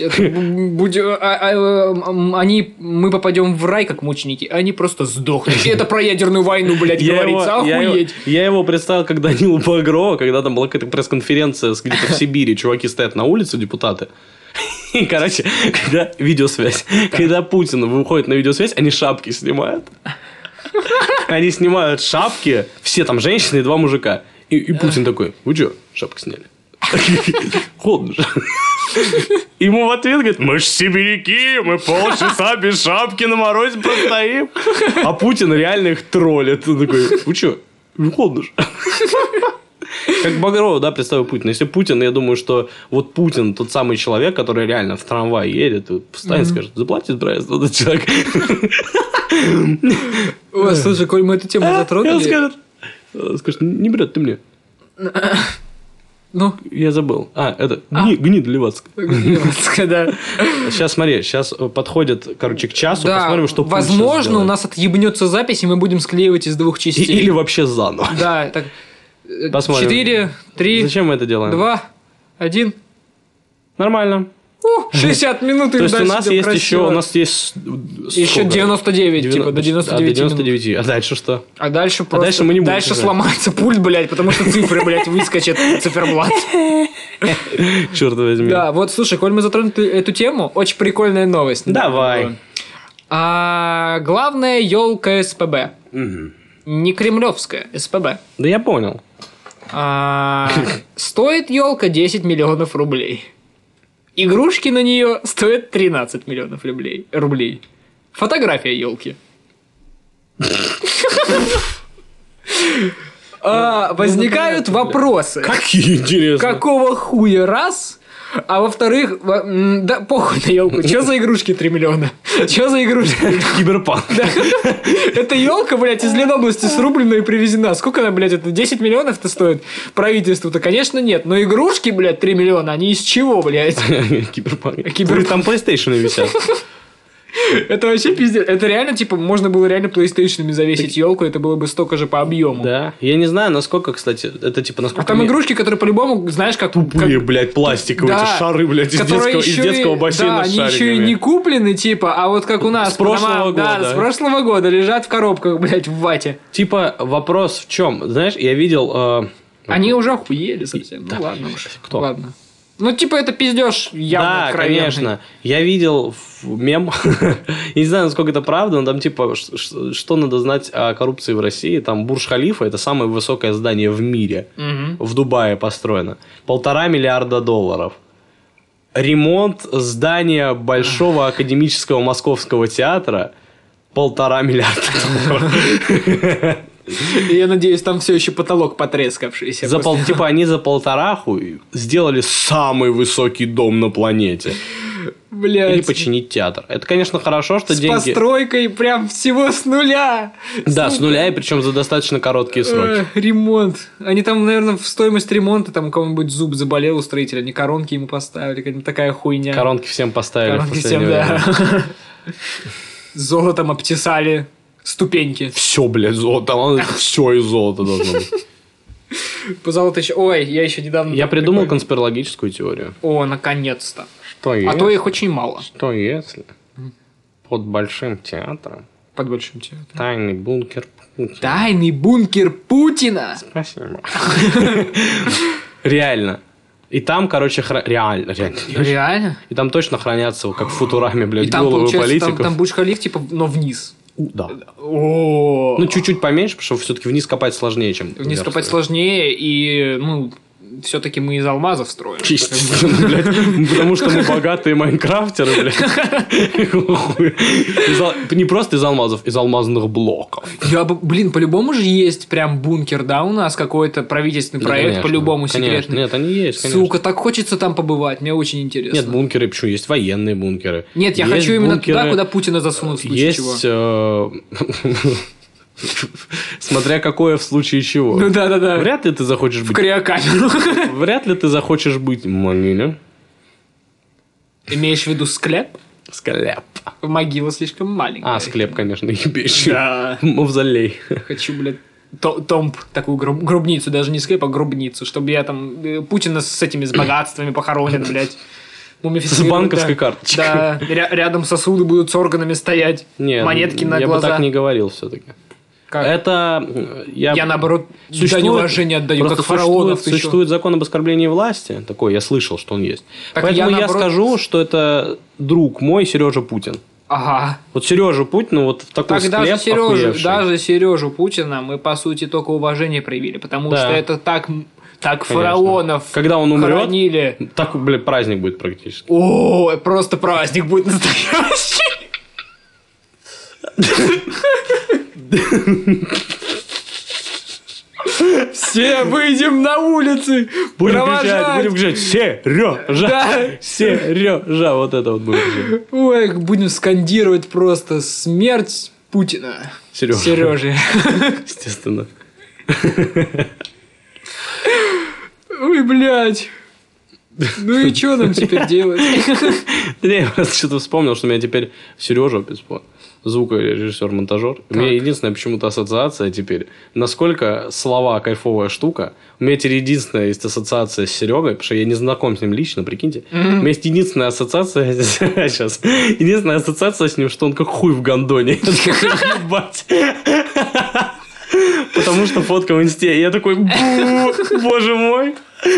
Они, мы попадем в рай, как мученики, а они просто сдохнут. И это про ядерную войну, блядь, говорится. Охуеть. Я его представил, как Данила Багрова, когда там была какая-то пресс-конференция где-то в Сибири, чуваки стоят на улице, депутаты. И, короче, когда видеосвязь, да. когда Путин выходит на видеосвязь, они шапки снимают. Они снимают шапки, все там женщины и два мужика. И, и Путин такой, вы что, шапки сняли? Холодно же. Ему в ответ говорит, мы ж сибиряки, мы полчаса без шапки на морозе простоим. А Путин реально их троллит. Он такой, вы что, холодно же. Как Багрова, да, представил Путина. Если Путин, я думаю, что вот Путин тот самый человек, который реально в трамвае едет, и встанет и скажет, заплатит проезд этот человек. Ой, слушай, коль мы эту тему затронули... Он скажет, скажет, не бред ты мне. Ну? Я забыл. А, это гни, гнида Левацкая. Левацкая, да. Сейчас смотри, сейчас подходит, короче, к часу, да, посмотрим, что Путин возможно, у нас отъебнется запись, и мы будем склеивать из двух частей. Или вообще заново. Да, так... Посмотрим. Четыре, три... Зачем мы это делаем? Два, один... Нормально. шестьдесят минут и то есть у нас есть еще, у нас есть еще девяносто девять, девяносто, типа до девяносто девяти, а, до девяносто девяти минут. А дальше что? А дальше просто а дальше мы не будем. Дальше сломается пульт, блядь, потому что цифры, блядь, выскочат циферблат. Черт возьми. Да, вот слушай, коль мы затронули эту тему, очень прикольная новость. Давай. А главная елка СПБ. Угу. Не кремлевская, СПБ. Да я понял. А, стоит елка десять миллионов рублей. Игрушки на нее стоят тринадцать миллионов рублей. рублей. Фотография елки. Возникают вопросы. Какие интересные. Какого хуя раз? А во-вторых, да похуй на елку. Что за игрушки три миллиона? Что за игрушки? Киберпанк. Это елка, блядь, из Ленобласти срублена и привезена. Сколько она, блядь, это десять миллионов-то стоит? Правительству-то, конечно, нет. Но игрушки, блядь, три миллиона, они из чего, блядь? Киберпанк. Киберпанк. Там PlayStation висят. Это вообще пиздец. Это реально, типа, можно было реально PlayStation'ами завесить елку, это было бы столько же по объему. Да. Я не знаю, насколько, кстати, это типа насколько. А там мне... игрушки, которые по-любому, знаешь, как. Тупые, как... блядь, пластиковые да, эти шары, блядь, из детского, из детского бассейна. Да, с они шариками. еще и не куплены, типа, а вот как у нас. С прошлого дома, года. Да, с прошлого года лежат в коробках, блядь, в вате. Типа, вопрос в чем? Знаешь, я видел. Э... Они уже охуели совсем. Да, ну ладно уж. Кто? Ладно. Ну, типа, это пиздеж явно Да, откровенный. конечно. Я видел мем, я не знаю, насколько это правда, но там типа, что надо знать о коррупции в России. Там Бурдж-Халифа – это самое высокое здание в мире. Угу. В Дубае построено. Полтора миллиарда долларов. Ремонт здания Большого академического московского театра – полтора миллиарда долларов. Я надеюсь, там все еще потолок потрескавшийся. За после... пол... Типа они за полтораху сделали самый высокий дом на планете. Блядь. Или починить театр. Это, конечно, хорошо, что с деньги... С постройкой прям всего с нуля. Да, Сука. с нуля, и причем за достаточно короткие сроки. Э, ремонт. Они там, наверное, в стоимость ремонта, там у кого-нибудь зуб заболел у строителя, они коронки ему поставили, какая-нибудь такая хуйня. Коронки всем поставили. Коронки всем, да. Золотом обтесали ступеньки. Все, блядь, золото. Все из золота должно быть. По золоту еще... Ой, я еще недавно... Я придумал конспирологическую теорию. О, наконец-то. Что если... А то их очень мало. Что если под Большим театром... Под Большим театром. Тайный бункер Путина. Тайный бункер Путина? Спасибо. Реально. И там, короче, хра... реально, реально. Реально? И там точно хранятся, как в Футураме, блядь, И там, головы политиков. Там, там Бурдж-Халиф, типа, но вниз. Да. О. Ну, чуть-уть поменьше, потому что все-таки вниз копать сложнее, чем... Вниз копать сложнее, и, ну, все-таки мы из алмазов строим. Естественно, блядь. Потому что мы богатые майнкрафтеры, блядь. Не просто из алмазов, из алмазных блоков. Я бы, блин, по-любому же есть прям бункер, да, у нас какой-то правительственный проект, по-любому секретный. Нет, они есть, конечно. Сука, так хочется там побывать, мне очень интересно. Нет, бункеры, почему? Есть военные бункеры. Нет, я хочу именно туда, куда Путина засунут в случае чего. Есть... Смотря какое в случае чего. Ну да, да, да. Вряд ли ты захочешь быть. В криокамеру. Вряд ли ты захочешь быть могиле. Имеешь в виду склеп? Склеп. Могила слишком маленькая. А, склеп, конечно, ебешь. Да. Мавзолей. Хочу, блядь, томб, такую гроб, гробницу, даже не склеп, а гробницу, чтобы я там Путина с этими с богатствами похоронен, блядь. С банковской да. карточкой. Да, рядом сосуды будут с органами стоять. Нет, монетки на я глаза. бы так не говорил все-таки. Как? Это... Я, я наоборот, существует, дань уважения отдаю, как фараонов. существует, существует закон об оскорблении власти. Такой, я слышал, что он есть. Так Поэтому я, наоборот... я скажу, что это друг мой, Сережа Путин. Ага. Вот Сережу Путина вот в такой так склеп даже Сережу, охуевший. даже Сережу Путина мы, по сути, только уважение проявили. Потому да. что это так... Так конечно. Фараонов когда он умрет, хоронили. Так, блядь, праздник будет практически. О, просто праздник будет настоящий. Все выйдем на улицы. Будем кричать, будем кричать. Сережа, да. Сережа, вот это вот будет. Ой, будем скандировать просто смерть Путина. Сережа. Сережи. Естественно. Ой, блядь. Ну и что нам теперь делать? Да я просто что-то вспомнил, что у меня теперь Сережа, звукорежиссер-монтажер. У меня единственная почему-то ассоциация теперь. Насколько слова кайфовая штука. У меня теперь единственная есть ассоциация с Серегой, потому что я не знаком с ним лично, прикиньте. У меня есть единственная ассоциация сейчас. Единственная ассоциация с ним, что он как хуй в гондоне. Ебать. Потому что фотка в инсте. Я такой, боже мой.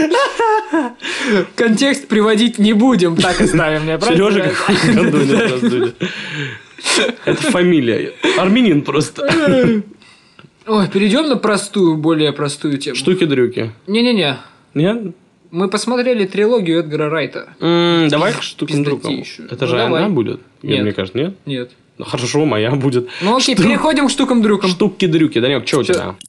Контекст приводить не будем, так оставим. Сережа как хуй в гондоне просто. Это фамилия. Армянин просто. Ой, перейдем на простую, более простую тему. Штуки-дрюки. Не-не-не. Нет? Мы посмотрели трилогию Эдгара Райта. М, Давай к штукам другом. Это Ну, же давай. она будет? Или, Нет. мне кажется, нет? Нет. Ну, хорошо, моя будет. Ну окей, Штук- переходим к штукам-дрюкам. Штуки-дрюки. Данек, что у Чё? тебя?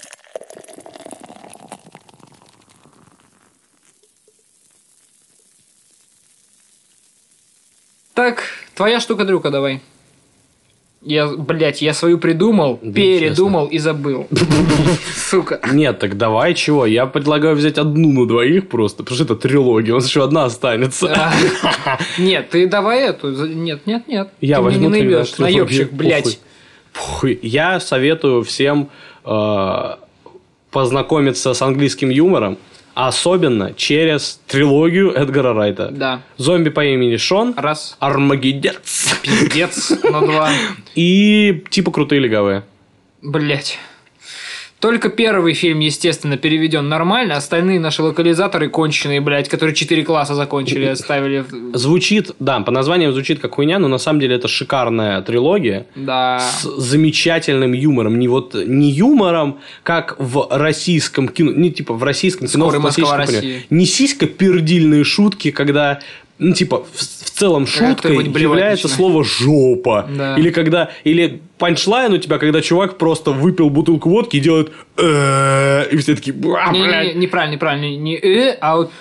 Так, твоя штука-дрюка давай. Я, блядь, я свою придумал, Да, передумал и забыл. Сука. Нет, так давай чего? Я предлагаю взять одну на двоих просто, потому что это трилогия, у нас еще одна останется. А, Нет, ты давай эту. Нет, нет, нет. Я Ты мне возьму не тогда наебешь. трилогию. Наебщик, блядь. Похуй. Я советую всем э, познакомиться с английским юмором, особенно через трилогию Эдгара Райта. Да. «Зомби по имени Шон», Раз. «Армагеддец» Пиздец. На два. и типа «Крутые легавые». Блять. Только первый фильм, естественно, переведен нормально, остальные наши локализаторы конченые, блядь, которые четыре класса закончили, оставили. в- Звучит, да, по названиям звучит как хуйня, но на самом деле это шикарная трилогия. Да. С замечательным юмором. Не вот не юмором, как в российском кино. Не типа в российском кино. Скорый в Москва, классическом кино. Россия. Не сиська-пердильные шутки, когда. Ну, типа, в, в целом Когда шуткой кто-нибудь блевать является начинает. слово жопа. Да. Или когда. Или панчлайн у тебя, когда чувак просто выпил бутылку водки и делает. «Э-э-э», и все такие. «Бра, Не, не, блядь». не, неправильно, неправильно. Не э, а вот.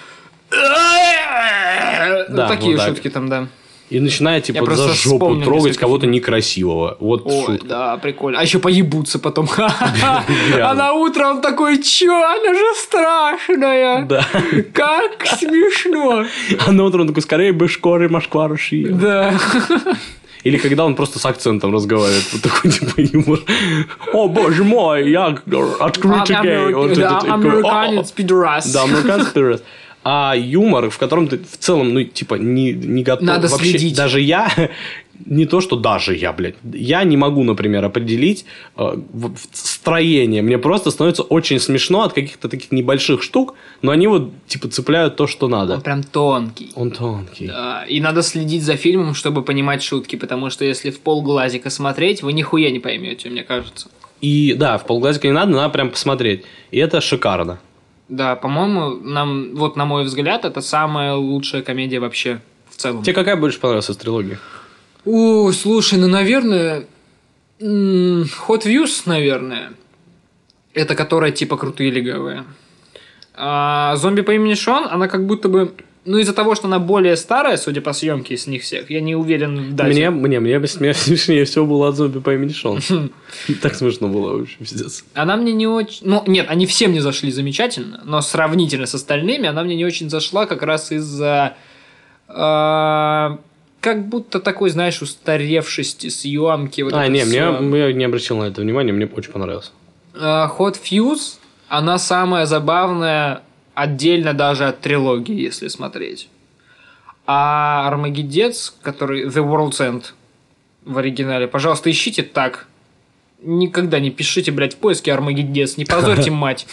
Да, Такие вот так. шутки там, да. И начинает типа Я просто за жопу вспомнил трогать несколько кого-то фильмов. некрасивого. Вот Ой, шутка. да, прикольно. А еще поебутся потом. А Грязно. на утро он такой, чё, она же страшная. Да. Как смешно. А на утро он такой, скорее бы шкоры Москва Россия. Да. Или когда он просто с акцентом разговаривает. Вот такой типа юмор. О, боже мой, я открытый гей. Вот это Да, такой, американец, «О». пидорас. Да, американец пидорас. А юмор, в котором ты в целом, ну, типа, не, не готов. Надо вообще, следить. Даже я, не то, что даже я, блядь, я не могу, например, определить э, в- в строение. Мне просто становится очень смешно от каких-то таких небольших штук, но они вот, типа, цепляют то, что надо. Он прям тонкий. Он тонкий. Да, и надо следить за фильмом, чтобы понимать шутки, потому что если в полглазика смотреть, вы нихуя не поймете, мне кажется. И да, в полглазика не надо, надо прям посмотреть. И это шикарно. Да, по-моему, нам, вот на мой взгляд, это самая лучшая комедия вообще в целом. Тебе какая больше понравилась из трилогии? Ой, слушай, ну, наверное, м, Hot Views, наверное, это которая типа крутые легавые. А зомби по имени Шон, она как будто бы, ну, из-за того, что она более старая, судя по съемке из них всех, я не уверен в дате. Мне, мне, мне, мне смешнее всего было от зомби по имени Шон. Так смешно было вообще, пиздец. Она мне не очень... Ну, нет, они все мне зашли замечательно, но сравнительно с остальными она мне не очень зашла как раз из-за... э, как будто такой, знаешь, устаревшести съемки. Вот А, это не, всё. мне, я не обратил на это внимания, мне очень понравилось. Э, Hot Fuse, она самая забавная отдельно даже от трилогии, если смотреть. А Армагеддец, который The World's End в оригинале, пожалуйста, ищите так. Никогда не пишите, блядь, в поиске Армагеддец, не позорьте мать.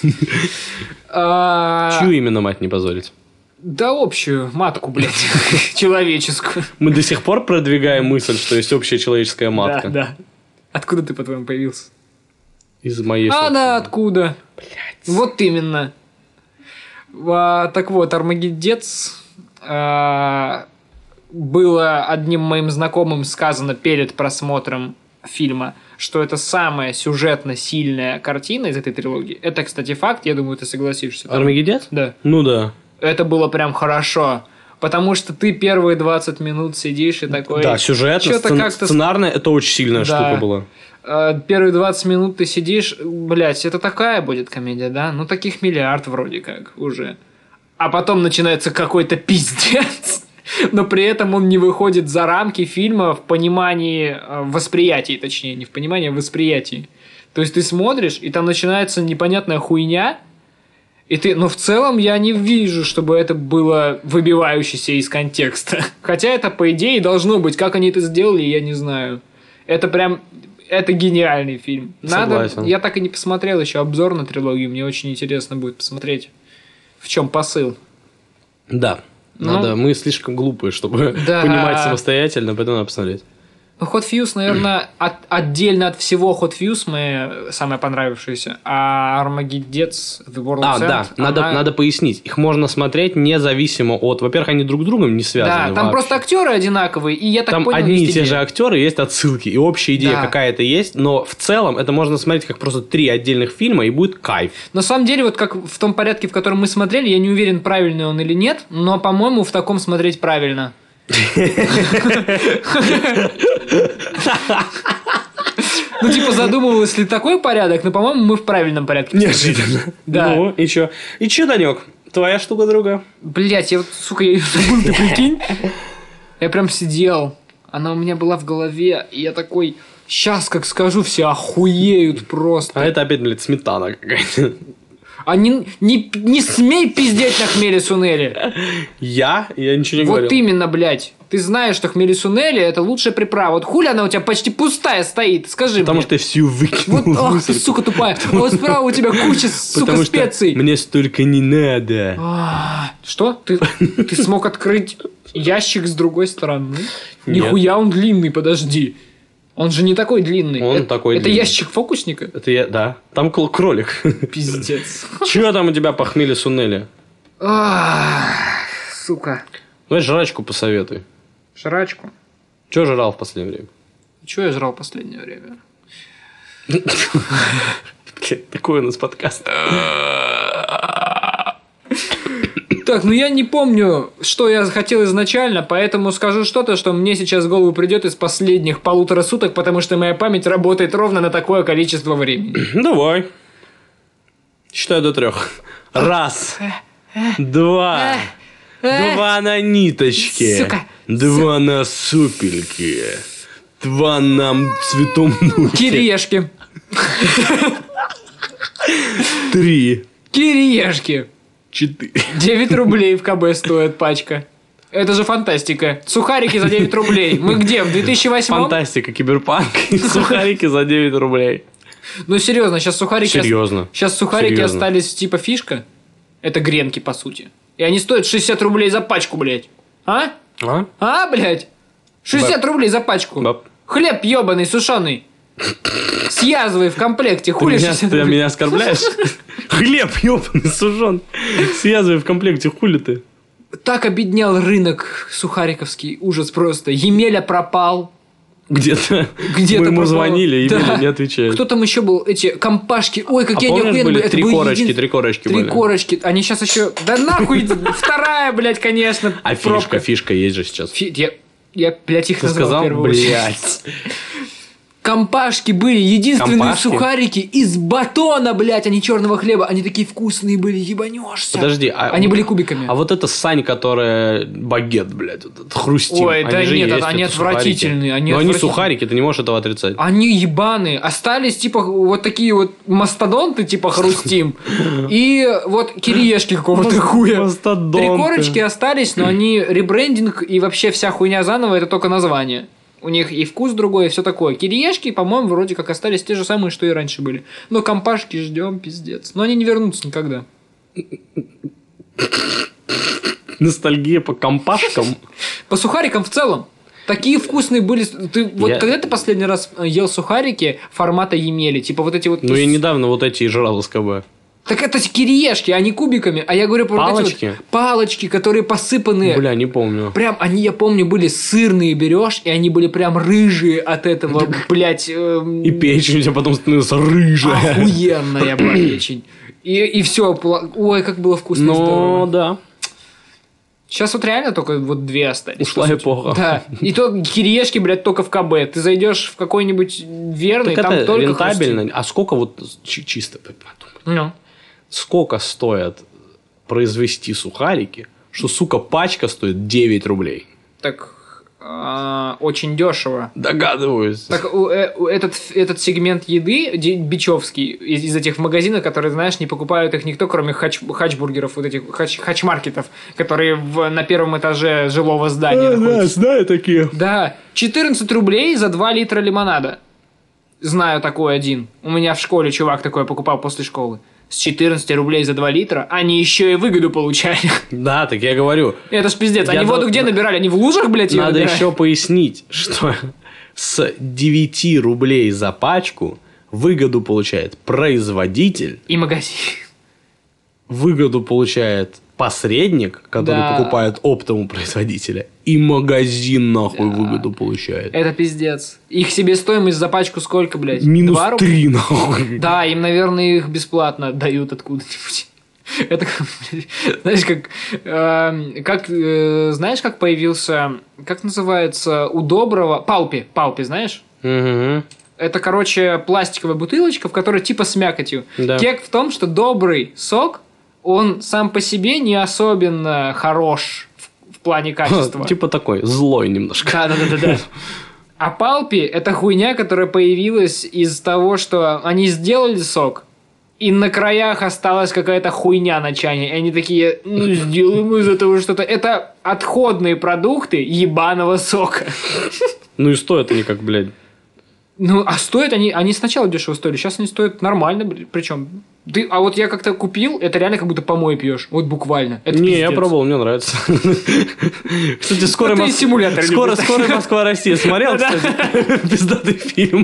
А, Чью именно мать не позорить? Да общую матку, блядь, человеческую. Мы до сих пор продвигаем мысль, что есть общая человеческая матка. Да, да. Откуда ты, по-твоему, появился? Из моей А, собственной. да, откуда? Вот именно. А, так вот, Армагеддец а, было одним моим знакомым сказано перед просмотром фильма, что это самая сюжетно сильная картина из этой трилогии. Это, кстати, факт, я думаю, ты согласишься. Там- Армагеддец? Да. Ну да. Это было прям хорошо. Потому что ты первые двадцать минут сидишь и такой... Да, сюжетно, «Чё-то сцен- как-то сценарно это очень сильная Да. штука была. Э, Первые двадцать минут ты сидишь, блять, это такая будет комедия, да? Ну, таких миллиард вроде как уже. А потом начинается какой-то пиздец, но при этом он не выходит за рамки фильма в понимании, э, восприятии, точнее, не в понимании, а в восприятии. То есть ты смотришь, и там начинается непонятная хуйня, и ты, ну, в целом я не вижу, чтобы это было выбивающееся из контекста. Хотя это, по идее, должно быть. Как они это сделали, я не знаю. Это прям... Это гениальный фильм. Надо... Согласен. Я так и не посмотрел еще обзор на трилогию. Мне очень интересно будет посмотреть, в чем посыл. Да. Ну. Надо, мы слишком глупые, чтобы Да. понимать самостоятельно, поэтому надо посмотреть. Hot Fuzz, наверное, от, отдельно от всего Hot Fuzz мы самое понравившееся. А Armageddon's The World's А, End, да, надо, она... надо пояснить. Их можно смотреть независимо от... Во-первых, они друг с другом не связаны Да, там вообще. просто актеры одинаковые, и я так Там понял, одни и есть те идея. же актеры, есть отсылки, и общая идея Да. какая-то есть, но в целом это можно смотреть как просто три отдельных фильма, и будет кайф. На самом деле, вот как в том порядке, в котором мы смотрели, я не уверен, правильный он или нет, но, по-моему, в таком смотреть правильно. Ну, типа, задумывалось ли такой порядок, но, по-моему, мы в правильном порядке. Неожиданно. Да. Ну, и чё? И чё, Данёк? Твоя штука, друга? Блять, я вот, сука, я её забыл, ты прикинь? Я прям сидел, она у меня была в голове, и я такой, сейчас, как скажу, все охуеют просто. А это опять, блядь, сметана какая-то. А не, не, не смей пиздеть на хмели сунели. Я? Я ничего не Вот говорил. именно, блядь. Ты знаешь, что хмели сунели это лучшая приправа. Вот хули она у тебя почти пустая стоит? Скажи Потому мне. что я всю выкинул. Вот, в ах ты, мусорку. сука тупая. А вот справа у тебя куча, сука, Потому что специй. мне столько не надо. А, Что? Ты, ты смог открыть ящик с другой стороны? Нет. Нихуя он длинный, подожди. Он же не такой длинный. Он это, такой Это длинный. ящик фокусника? Это я, да. Там кл- кролик. Пиздец. Чё там у тебя по хмели сунели? Ах, сука. Давай жрачку посоветуй. Жрачку. Чё жрал в последнее время? Чего я жрал в последнее время? Блядь, такой у нас подкаст. Так, ну я не помню, что я хотел изначально, поэтому скажу что-то, что мне сейчас в голову придет из последних полутора суток, потому что моя память работает ровно на такое количество времени. Давай. Считаю до трех. Раз. Два. Два на ниточке. Сука. Два на супельке. Два на цветом нуте. Кириешки. Три. Кириешки. Четыре. девять рублей в КБ стоит пачка. Это же фантастика. Сухарики за девять рублей. Мы где? В две тысячи восьмом? Фантастика, киберпанк и сухарики за девять рублей. Ну серьезно, сейчас сухарики... Серьезно. Сейчас сухарики Серьезно. остались типа фишка. Это гренки, по сути. И они стоят шестьдесят рублей за пачку, блядь. А? А? А, блядь? шестьдесят рублей за пачку. Баб. Хлеб ебаный, сушеный. С язвой в комплекте. Ты Хули меня, шестьдесят ты рублей? меня оскорбляешь? Хлеб, ёбаный, сужен. С язвой в комплекте, хули ты? Так обеднял рынок сухариковский. Ужас просто. Емеля пропал. Где-то, Где-то мы ему пропало. звонили, и Да. Емеля не отвечает. Кто там еще был? Эти компашки. Ой, какие А они помнишь, охуенные были Это три был корочки, един- три корочки Три были? корочки. Они сейчас еще... Да нахуй! Вторая, блядь, конечно. А пробка. фишка, фишка есть же сейчас. Фи- Я, я, блядь, их Ты назвал в сказал, первую очередь. блядь. Компашки были, единственные Компашки? сухарики из батона, блядь, а не черного хлеба. Они такие вкусные были, ебанешься. Подожди, а Они были кубиками. А вот это Сань, которая багет, блядь, вот этот хрустим. Ой, да же нет, есть, они это отвратительные, сухарики. они Но они отвратительные. сухарики, ты не можешь этого отрицать. Они ебаные. Остались, типа, вот такие вот мастодонты, типа, хрустим. И вот кириешки какого-то хуя. Мастодонты. Три корочки остались, но они ребрендинг и вообще вся хуйня заново, это только название. У них и вкус другой, и все такое. Кириешки, по-моему, вроде как остались те же самые, что и раньше были. Но компашки ждем, пиздец. Но они не вернутся никогда. Ностальгия по компашкам. По сухарикам в целом. Такие вкусные были. Ты вот Я- когда ты последний раз ел сухарики формата Емели? Типа вот эти вот. Ну, я недавно вот эти и жрал из КБ. Так это кириешки, они кубиками. А я говорю про вот эти Палочки? вот палочки, которые посыпаны. Бля, не помню. Прям они, я помню, были сырные, берешь, и они были прям рыжие от этого, блядь. эм, И печень у тебя потом становится рыжая. Охуенная была печень. И, и все. Ой, как было вкусно и Ну, здорово. да. Сейчас вот реально только вот две остались. Ушла по сути. эпоха. Да. И то кириешки, блядь, только в КБ. Ты зайдешь в какой-нибудь верный, Так там это только рентабельно. А сколько вот чи- чисто подумай, хрустим. Ну. сколько стоит произвести сухарики, что, сука, пачка стоит девять рублей? Так а, очень дешево. Догадываюсь. Так у- э, у- этот, этот сегмент еды ди- бичевский из, из этих магазинов, которые, знаешь, не покупают их никто, кроме хач, хачбургеров, вот этих хач, хачмаркетов, которые в, на первом этаже жилого здания Да, да, находятся. знаю такие. Да, четырнадцать рублей за два литра лимонада. Знаю такой один. У меня в школе чувак такой покупал после школы. С четырнадцать рублей за два литра они еще и выгоду получали. Да, так я говорю. Это ж пиздец. Я Они воду дол- где набирали? Они в лужах, блядь, ее Надо набирали? еще пояснить, что С девяти рублей за пачку выгоду получает производитель. И магазин. Выгоду получает посредник, который Да. покупает оптом у производителя. И магазин нахуй Да. выгоду получает. Это пиздец. Их себестоимость за пачку сколько, блядь? Минус Два рубля? три нахуй. Да, им, наверное, их бесплатно отдают откуда-нибудь. Это как, блядь, знаешь, как, э, как э, знаешь, как появился, как называется, у Доброго, Палпи, Палпи, знаешь? Угу. Это, короче, пластиковая бутылочка, в которой типа с мякотью. Да. Кек в том, что добрый сок, он сам по себе не особенно хорош в, в плане качества. Типа такой, злой немножко. Да-да-да-да. А Палпи – это хуйня, которая появилась из того, что они сделали сок, и на краях осталась какая-то хуйня на чане. И они такие, ну, сделаем из этого что-то. Это отходные продукты ебаного сока. Ну и стоят они как, блядь. Ну, а стоят они... Они сначала дешево стоили, сейчас они стоят нормально, причем. Ты, а вот я как-то купил, это реально как будто помой пьешь. Вот буквально. Это Не, пиздец. я пробовал, мне нравится. Кстати, скоро Ну, ты Мос- симулятор скоро, любишь. скоро Москва-Россия смотрел, кстати, пиздатый фильм.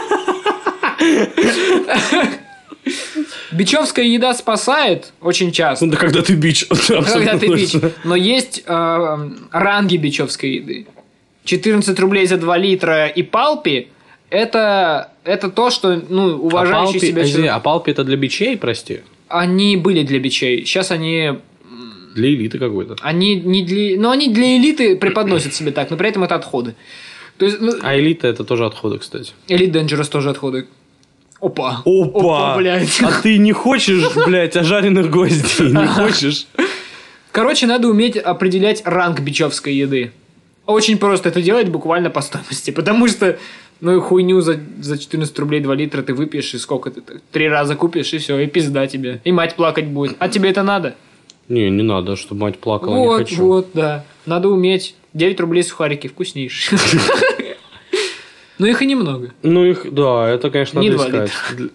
Бичевская еда спасает очень часто. Ну да когда ты бич. Когда ты бич. Но есть э, ранги бичевской еды. четырнадцать рублей за два литра и Палпи это, это то, что ну, уважающий а себя палпи, человек... а палпи это для бичей, прости? Они были для бичей. Сейчас они... Для элиты какой-то. Они не для... Ну, они для элиты преподносят себе так, но при этом это отходы. То есть, ну... А элита это тоже отходы, кстати. Elite Dangerous тоже отходы. Опа. Опа! блядь. А ты не хочешь, блядь, ожаренных гвоздей? Не хочешь? Короче, надо уметь определять ранг бичевской еды. Очень просто это делать буквально по стоимости. Потому что, ну, и хуйню за, за четырнадцать рублей два литра ты выпьешь, и сколько ты? Три раза купишь, и все, и пизда тебе. И мать плакать будет. А тебе это надо? Не, не надо, чтобы мать плакала, Вот, не хочу. вот, да. Надо уметь. девять рублей сухарики, вкуснейшие. Но их и немного. Ну их, да, это, конечно, Не надо два искать.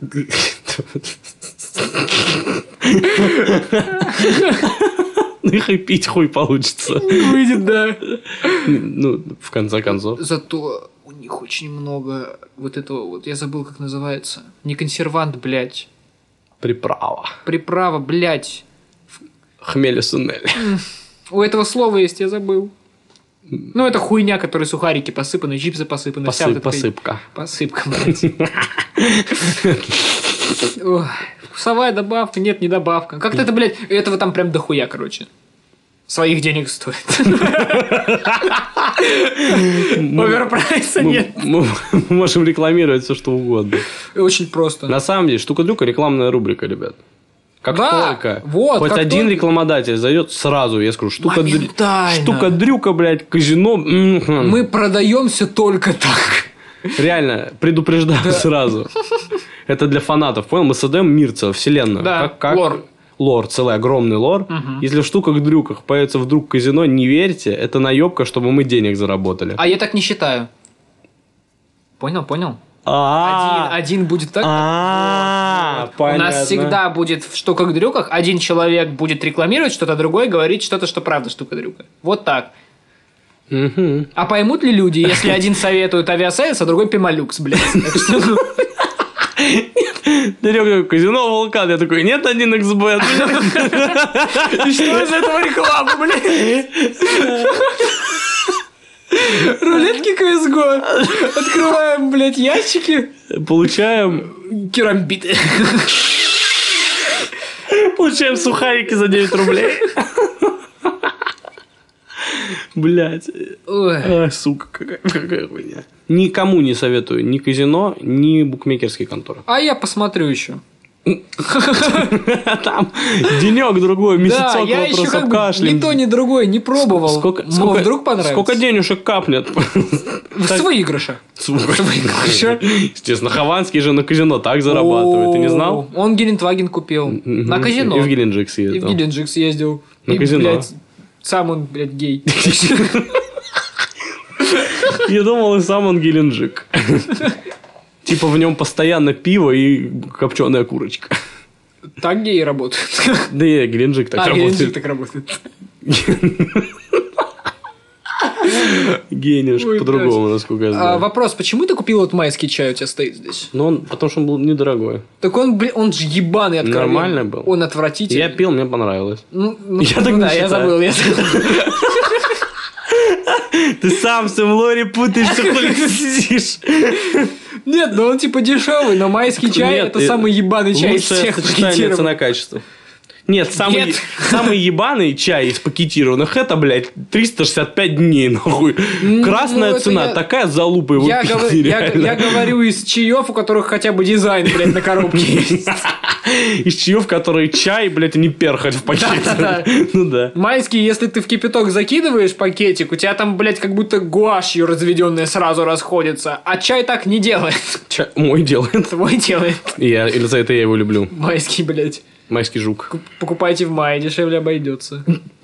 Ну их и пить хуй получится. Выйдет, да. Ну, в конце концов. Зато у них очень много вот этого вот, я забыл, как называется. Не консервант, блядь. Приправа. Приправа, блядь. Хмели сунели. У этого слова есть, я забыл. Ну, это хуйня, которой сухарики посыпаны, чипсы посыпаны. вся вот Посып, эта посыпка. Посыпка, блядь. Ой, вкусовая добавка, нет, не добавка. Как-то это, блядь, этого там прям дохуя, короче. Своих денег стоит. Оверпрайса Мы, нет. мы можем рекламировать все, что угодно. Очень просто. На самом деле, штука-дрюка рекламная рубрика, ребят. Как Да, только вот, хоть как один только. рекламодатель зайдет, сразу я скажу, штука, дрю... Моментально. штука дрюка, блядь, казино. м-м. Мы продаемся только так. Реально, предупреждаю сразу. Это для фанатов, понял? Мы создаем мир целый, вселенную. Да, как, как... лор. Лор, целый огромный лор. Мгм. Если в штуках-дрюках появится вдруг казино, не верьте, это наебка, чтобы мы денег заработали. А я так не считаю. Понял, понял? Один, А, один будет так. а, У понятно. нас всегда будет в штуках-дрюках один человек будет рекламировать что-то, другой говорит что-то, что правда штука-дрюка. Вот так. Мгм. А поймут ли люди, если один советует авиасейлс, а другой пемолюкс, блядь? Это что, ну, Дарёк такой, казино Вулкан. Я такой, нет, один икс бет. и что из этого реклама, блядь? Рулетки си эс го. Открываем, блядь, ящики. Получаем, Керамбиты. получаем сухарики за девять рублей. Блять. Ой. А, сука, какая, какая хуйня. Никому не советую ни казино, ни букмекерские конторы. А я посмотрю еще. Там денек другой, Да, месяцок я еще вопрос как бы обкашлем. ни то, ни другое не пробовал. Сколько, Мол, сколько, вдруг понравится. сколько денежек капнет? С выигрыша. С выигрыша. Естественно, Хованский же на казино так зарабатывает. Ты не знал? О, Он Гелендваген купил. На казино. И в Геленджик И в съездил. Геленджик съездил. На И, казино. блядь, сам он, блядь, гей. Я думал, и сам он Геленджик. Типа в нем постоянно пиво и копченая курочка. Так геи работают. Да и Геленджик так А, Геленджик работает. так работает. Гений, уж Ой, по-другому, блядь. насколько я А, знаю. вопрос, почему ты купил вот майский чай, у тебя стоит здесь? Ну, он, потому что он был недорогой. Так он, блин, он же ебаный откровенно. Нормальный был. Он отвратительный. Я пил, мне понравилось. Ну, ну, Я ну так не да, я считаю. забыл. Я забыл. Ты сам все в лоре путаешься, хули ты сидишь. Нет, ну он типа дешевый, но майский чай Нет, это э, самый ебаный чай из Лучшее всех сочетание пакетированных. цена-качество. Нет, самый, Нет. самый ебаный чай из пакетированных, это, блядь, триста шестьдесят пять дней, нахуй. Ну, Красная это цена, я- такая залупа его Я, пить говор- я, нереально. я говорю из чаев, у которых хотя бы дизайн, блядь, на коробке есть. Из чаев, которые чай, блядь, не перхоть в пакете. Да-да-да. Ну да. Майский, если ты в кипяток закидываешь пакетик, у тебя там, блядь, как будто гуашью разведенная сразу расходится. А чай так не делает. Чай мой делает. Твой делает. И я, или за это я его люблю. Майский, блядь. Майский жук. Ку- Покупайте в мае, дешевле обойдется.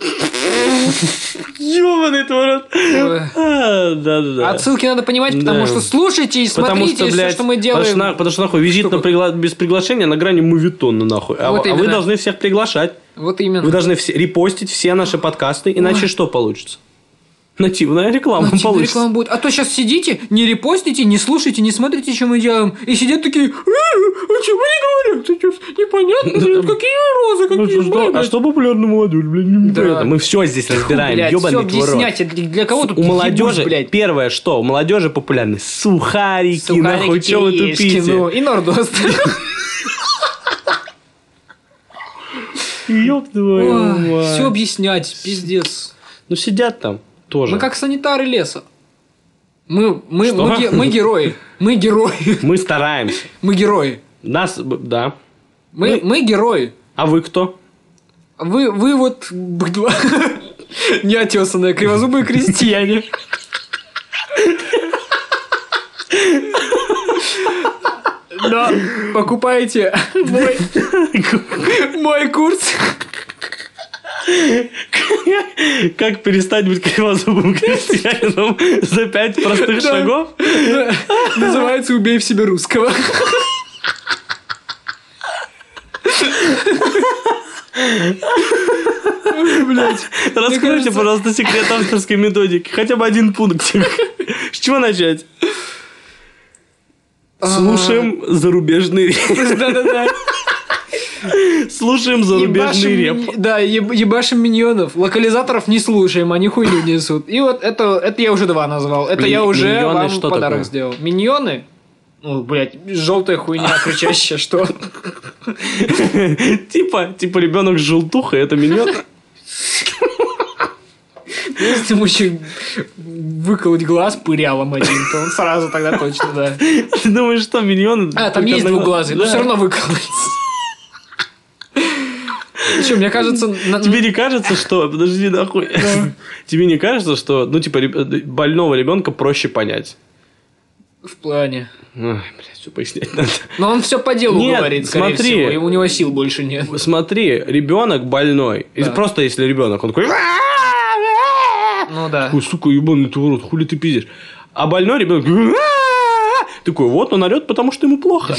Ёбаный творот. А, Да-да-да. Отсылки надо понимать, потому Да. что слушайте и Потому смотрите что, все, блядь, что мы потому делаем. что, на- потому что, нахуй, визит на пригла- без приглашения на грани мувитона, нахуй. А, Вот а вы именно. должны всех приглашать. Вот именно. Вы должны все, репостить все наши подкасты, иначе что получится? Нативная реклама Нативная получится. реклама будет. А то сейчас сидите, не репостите, не слушайте, не смотрите, что мы делаем. И сидят такие, «Э, а что они говорят? Сейчас непонятно, блядь, какие розы, Ну, какие что, бабы». а что популярная молодежь, блядь, не Да. понятно. Мы все здесь разбираем, Блядь, ёбаный все творот. объяснять. Для для кого тут У молодежи, ебуть, блядь? первое, что у молодежи популярны сухарики, Сухарики, нахуй, что вы кириешки, тупите? ну, и нордост. Ёб твою мать. Все объяснять, пиздец. Ну сидят там тоже. Мы как санитары леса. Мы, мы, Что? мы, ге- мы герои. Мы герои. Мы стараемся. Мы герои. Нас, б- да. Мы, мы герои. А вы кто? Вы, вы вот быдло. Неотесанные кривозубые крестьяне. Но покупайте мой, мой курс. Как перестать быть кривозубым крестьянином за пять простых Да. шагов? Называется «Убей в себе русского». Блять. Раскройте, кажется- пожалуйста, секрет авторской методики. Хотя бы один пунктик. С чего начать? Слушаем зарубежный реп. Да-да-да. Слушаем зарубежный Ебашим реп. ми- Да, еб- ебашим миньонов. Локализаторов не слушаем, они хуйню несут. И вот это, это я уже два назвал. Это Ми- я уже миньоны вам что подарок такое? сделал. Миньоны? Ну, блядь, желтая хуйня, кричащая, что? Типа, типа ребенок с желтухой, это миньон. Если ему еще выколоть глаз пырялом один, то он сразу тогда точно, да. Ты думаешь, что миньон? А, там только есть одноглазый? двуглазый, но Да. все равно выколоть. Что, мне кажется... на- Тебе не кажется, что... Подожди, нахуй. Тебе не кажется, что, ну, типа, реб- больного ребенка проще понять? В плане... Ой, блядь, все пояснять надо. Но он все по делу Нет, говорит, скорее смотри. всего, и у него сил больше нет. Смотри, ребенок больной. И Да. Просто если ребенок, он такой... Ну да. Такой, сука, ебаный ты урод, хули ты пиздишь. А больной ребенок... Такой, вот он орет, потому что ему плохо.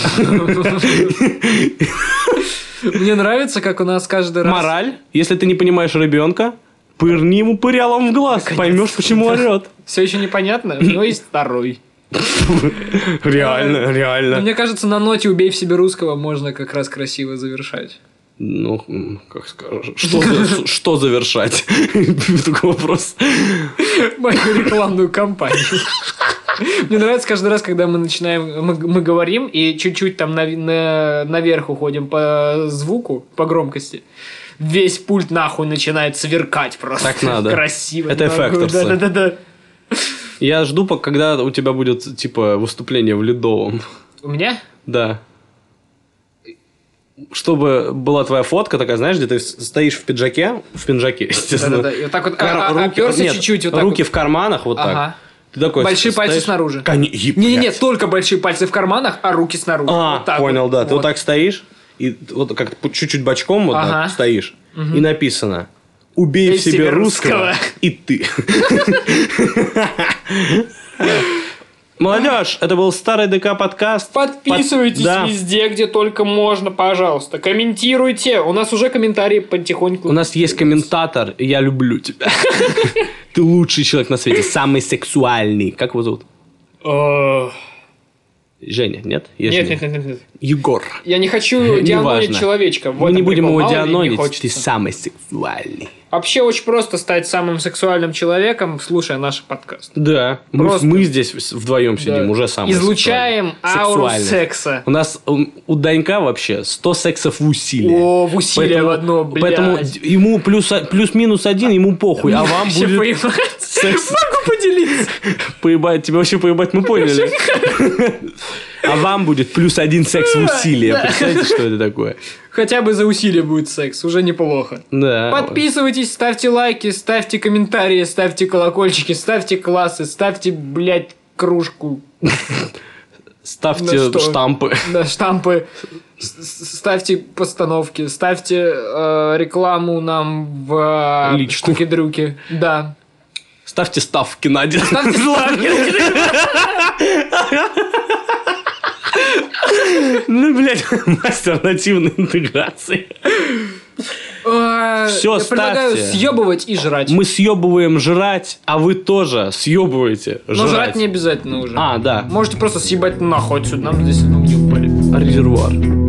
Мне нравится, как у нас каждый раз... Мораль, если ты не понимаешь ребенка, пырни ему пырялом в глаз, поймешь, почему орет. Все еще непонятно, но есть второй. Реально, Но реально. мне кажется, на ноте «Убей в себе русского» можно как раз красиво завершать. Ну, м, как скажешь, что, за- что завершать? Такой вопрос. Мою рекламную кампанию. Мне нравится каждый раз, когда мы начинаем, мы, мы говорим и чуть-чуть там на, на- наверх уходим по звуку, по громкости. Весь пульт нахуй начинает сверкать просто. Так надо. Красиво. Это нахуй. эффекторсы. Да-да-да. Я жду, пока- когда у тебя будет, типа, выступление в Ледовом. У меня? Да. Чтобы была твоя фотка такая, знаешь, где ты стоишь в пиджаке, в пинжаке, естественно. Да-да-да. И вот так вот Кар- а- а- руки- оперся нет, чуть-чуть. Вот так руки вот. в карманах, вот Ага. так. Ты такой Большие стоишь- пальцы снаружи. Кони- ебать. Не-не-не, только большие пальцы в карманах, а руки снаружи. А, Вот так понял, вот. да. Ты вот Вот. так стоишь, и вот как чуть-чуть бочком вот Ага. так стоишь, и написано: «Убей Убей в себе себе русского, русского». и ты». Молодежь, что ж, это был Старый ДК подкаст. Подписывайтесь Под... да. везде, где только можно, пожалуйста. Комментируйте. У нас уже комментарии потихоньку. У нас есть комментатор, и я люблю тебя. Ты лучший человек на свете, самый сексуальный. Как его зовут? Женя, нет? Нет, нет, нет, нет. Егор. Я не хочу дианонить человечка. Мы не будем его дианонить, ты самый сексуальный. Вообще очень просто стать самым сексуальным человеком, слушая наш подкаст. Да, мы, мы здесь вдвоем сидим, да. Уже самые излучаем ауру секса. У нас у, у Данька вообще сто сексов в усилие. О, в усилие поэтому, в одно, блядь. Поэтому ему плюс, плюс-минус один, ему похуй, а вам будет поебать. Секс. Могу поделиться. Поебать, тебе вообще поебать, мы поняли. А вам будет плюс один секс в усилие. Представляете, что это такое? Хотя бы за усилие будет секс, уже неплохо. Да. Подписывайтесь, ставьте лайки, ставьте комментарии, ставьте колокольчики, ставьте классы, ставьте, блядь, кружку. Ставьте штампы. Да, штампы. Ставьте постановки, ставьте э, рекламу нам в э, штуки-дрюки. Да. Ставьте ставки на один. Ставьте ставки. Ну, блядь, мастер нативной интеграции. Все, ставьте. Я предлагаю съебывать и жрать. Мы съебываем жрать, а вы тоже съебываете жрать. Но жрать не обязательно уже. А, да. Можете просто съебать нахуй отсюда, нам здесь ну, не упали. Резервуар.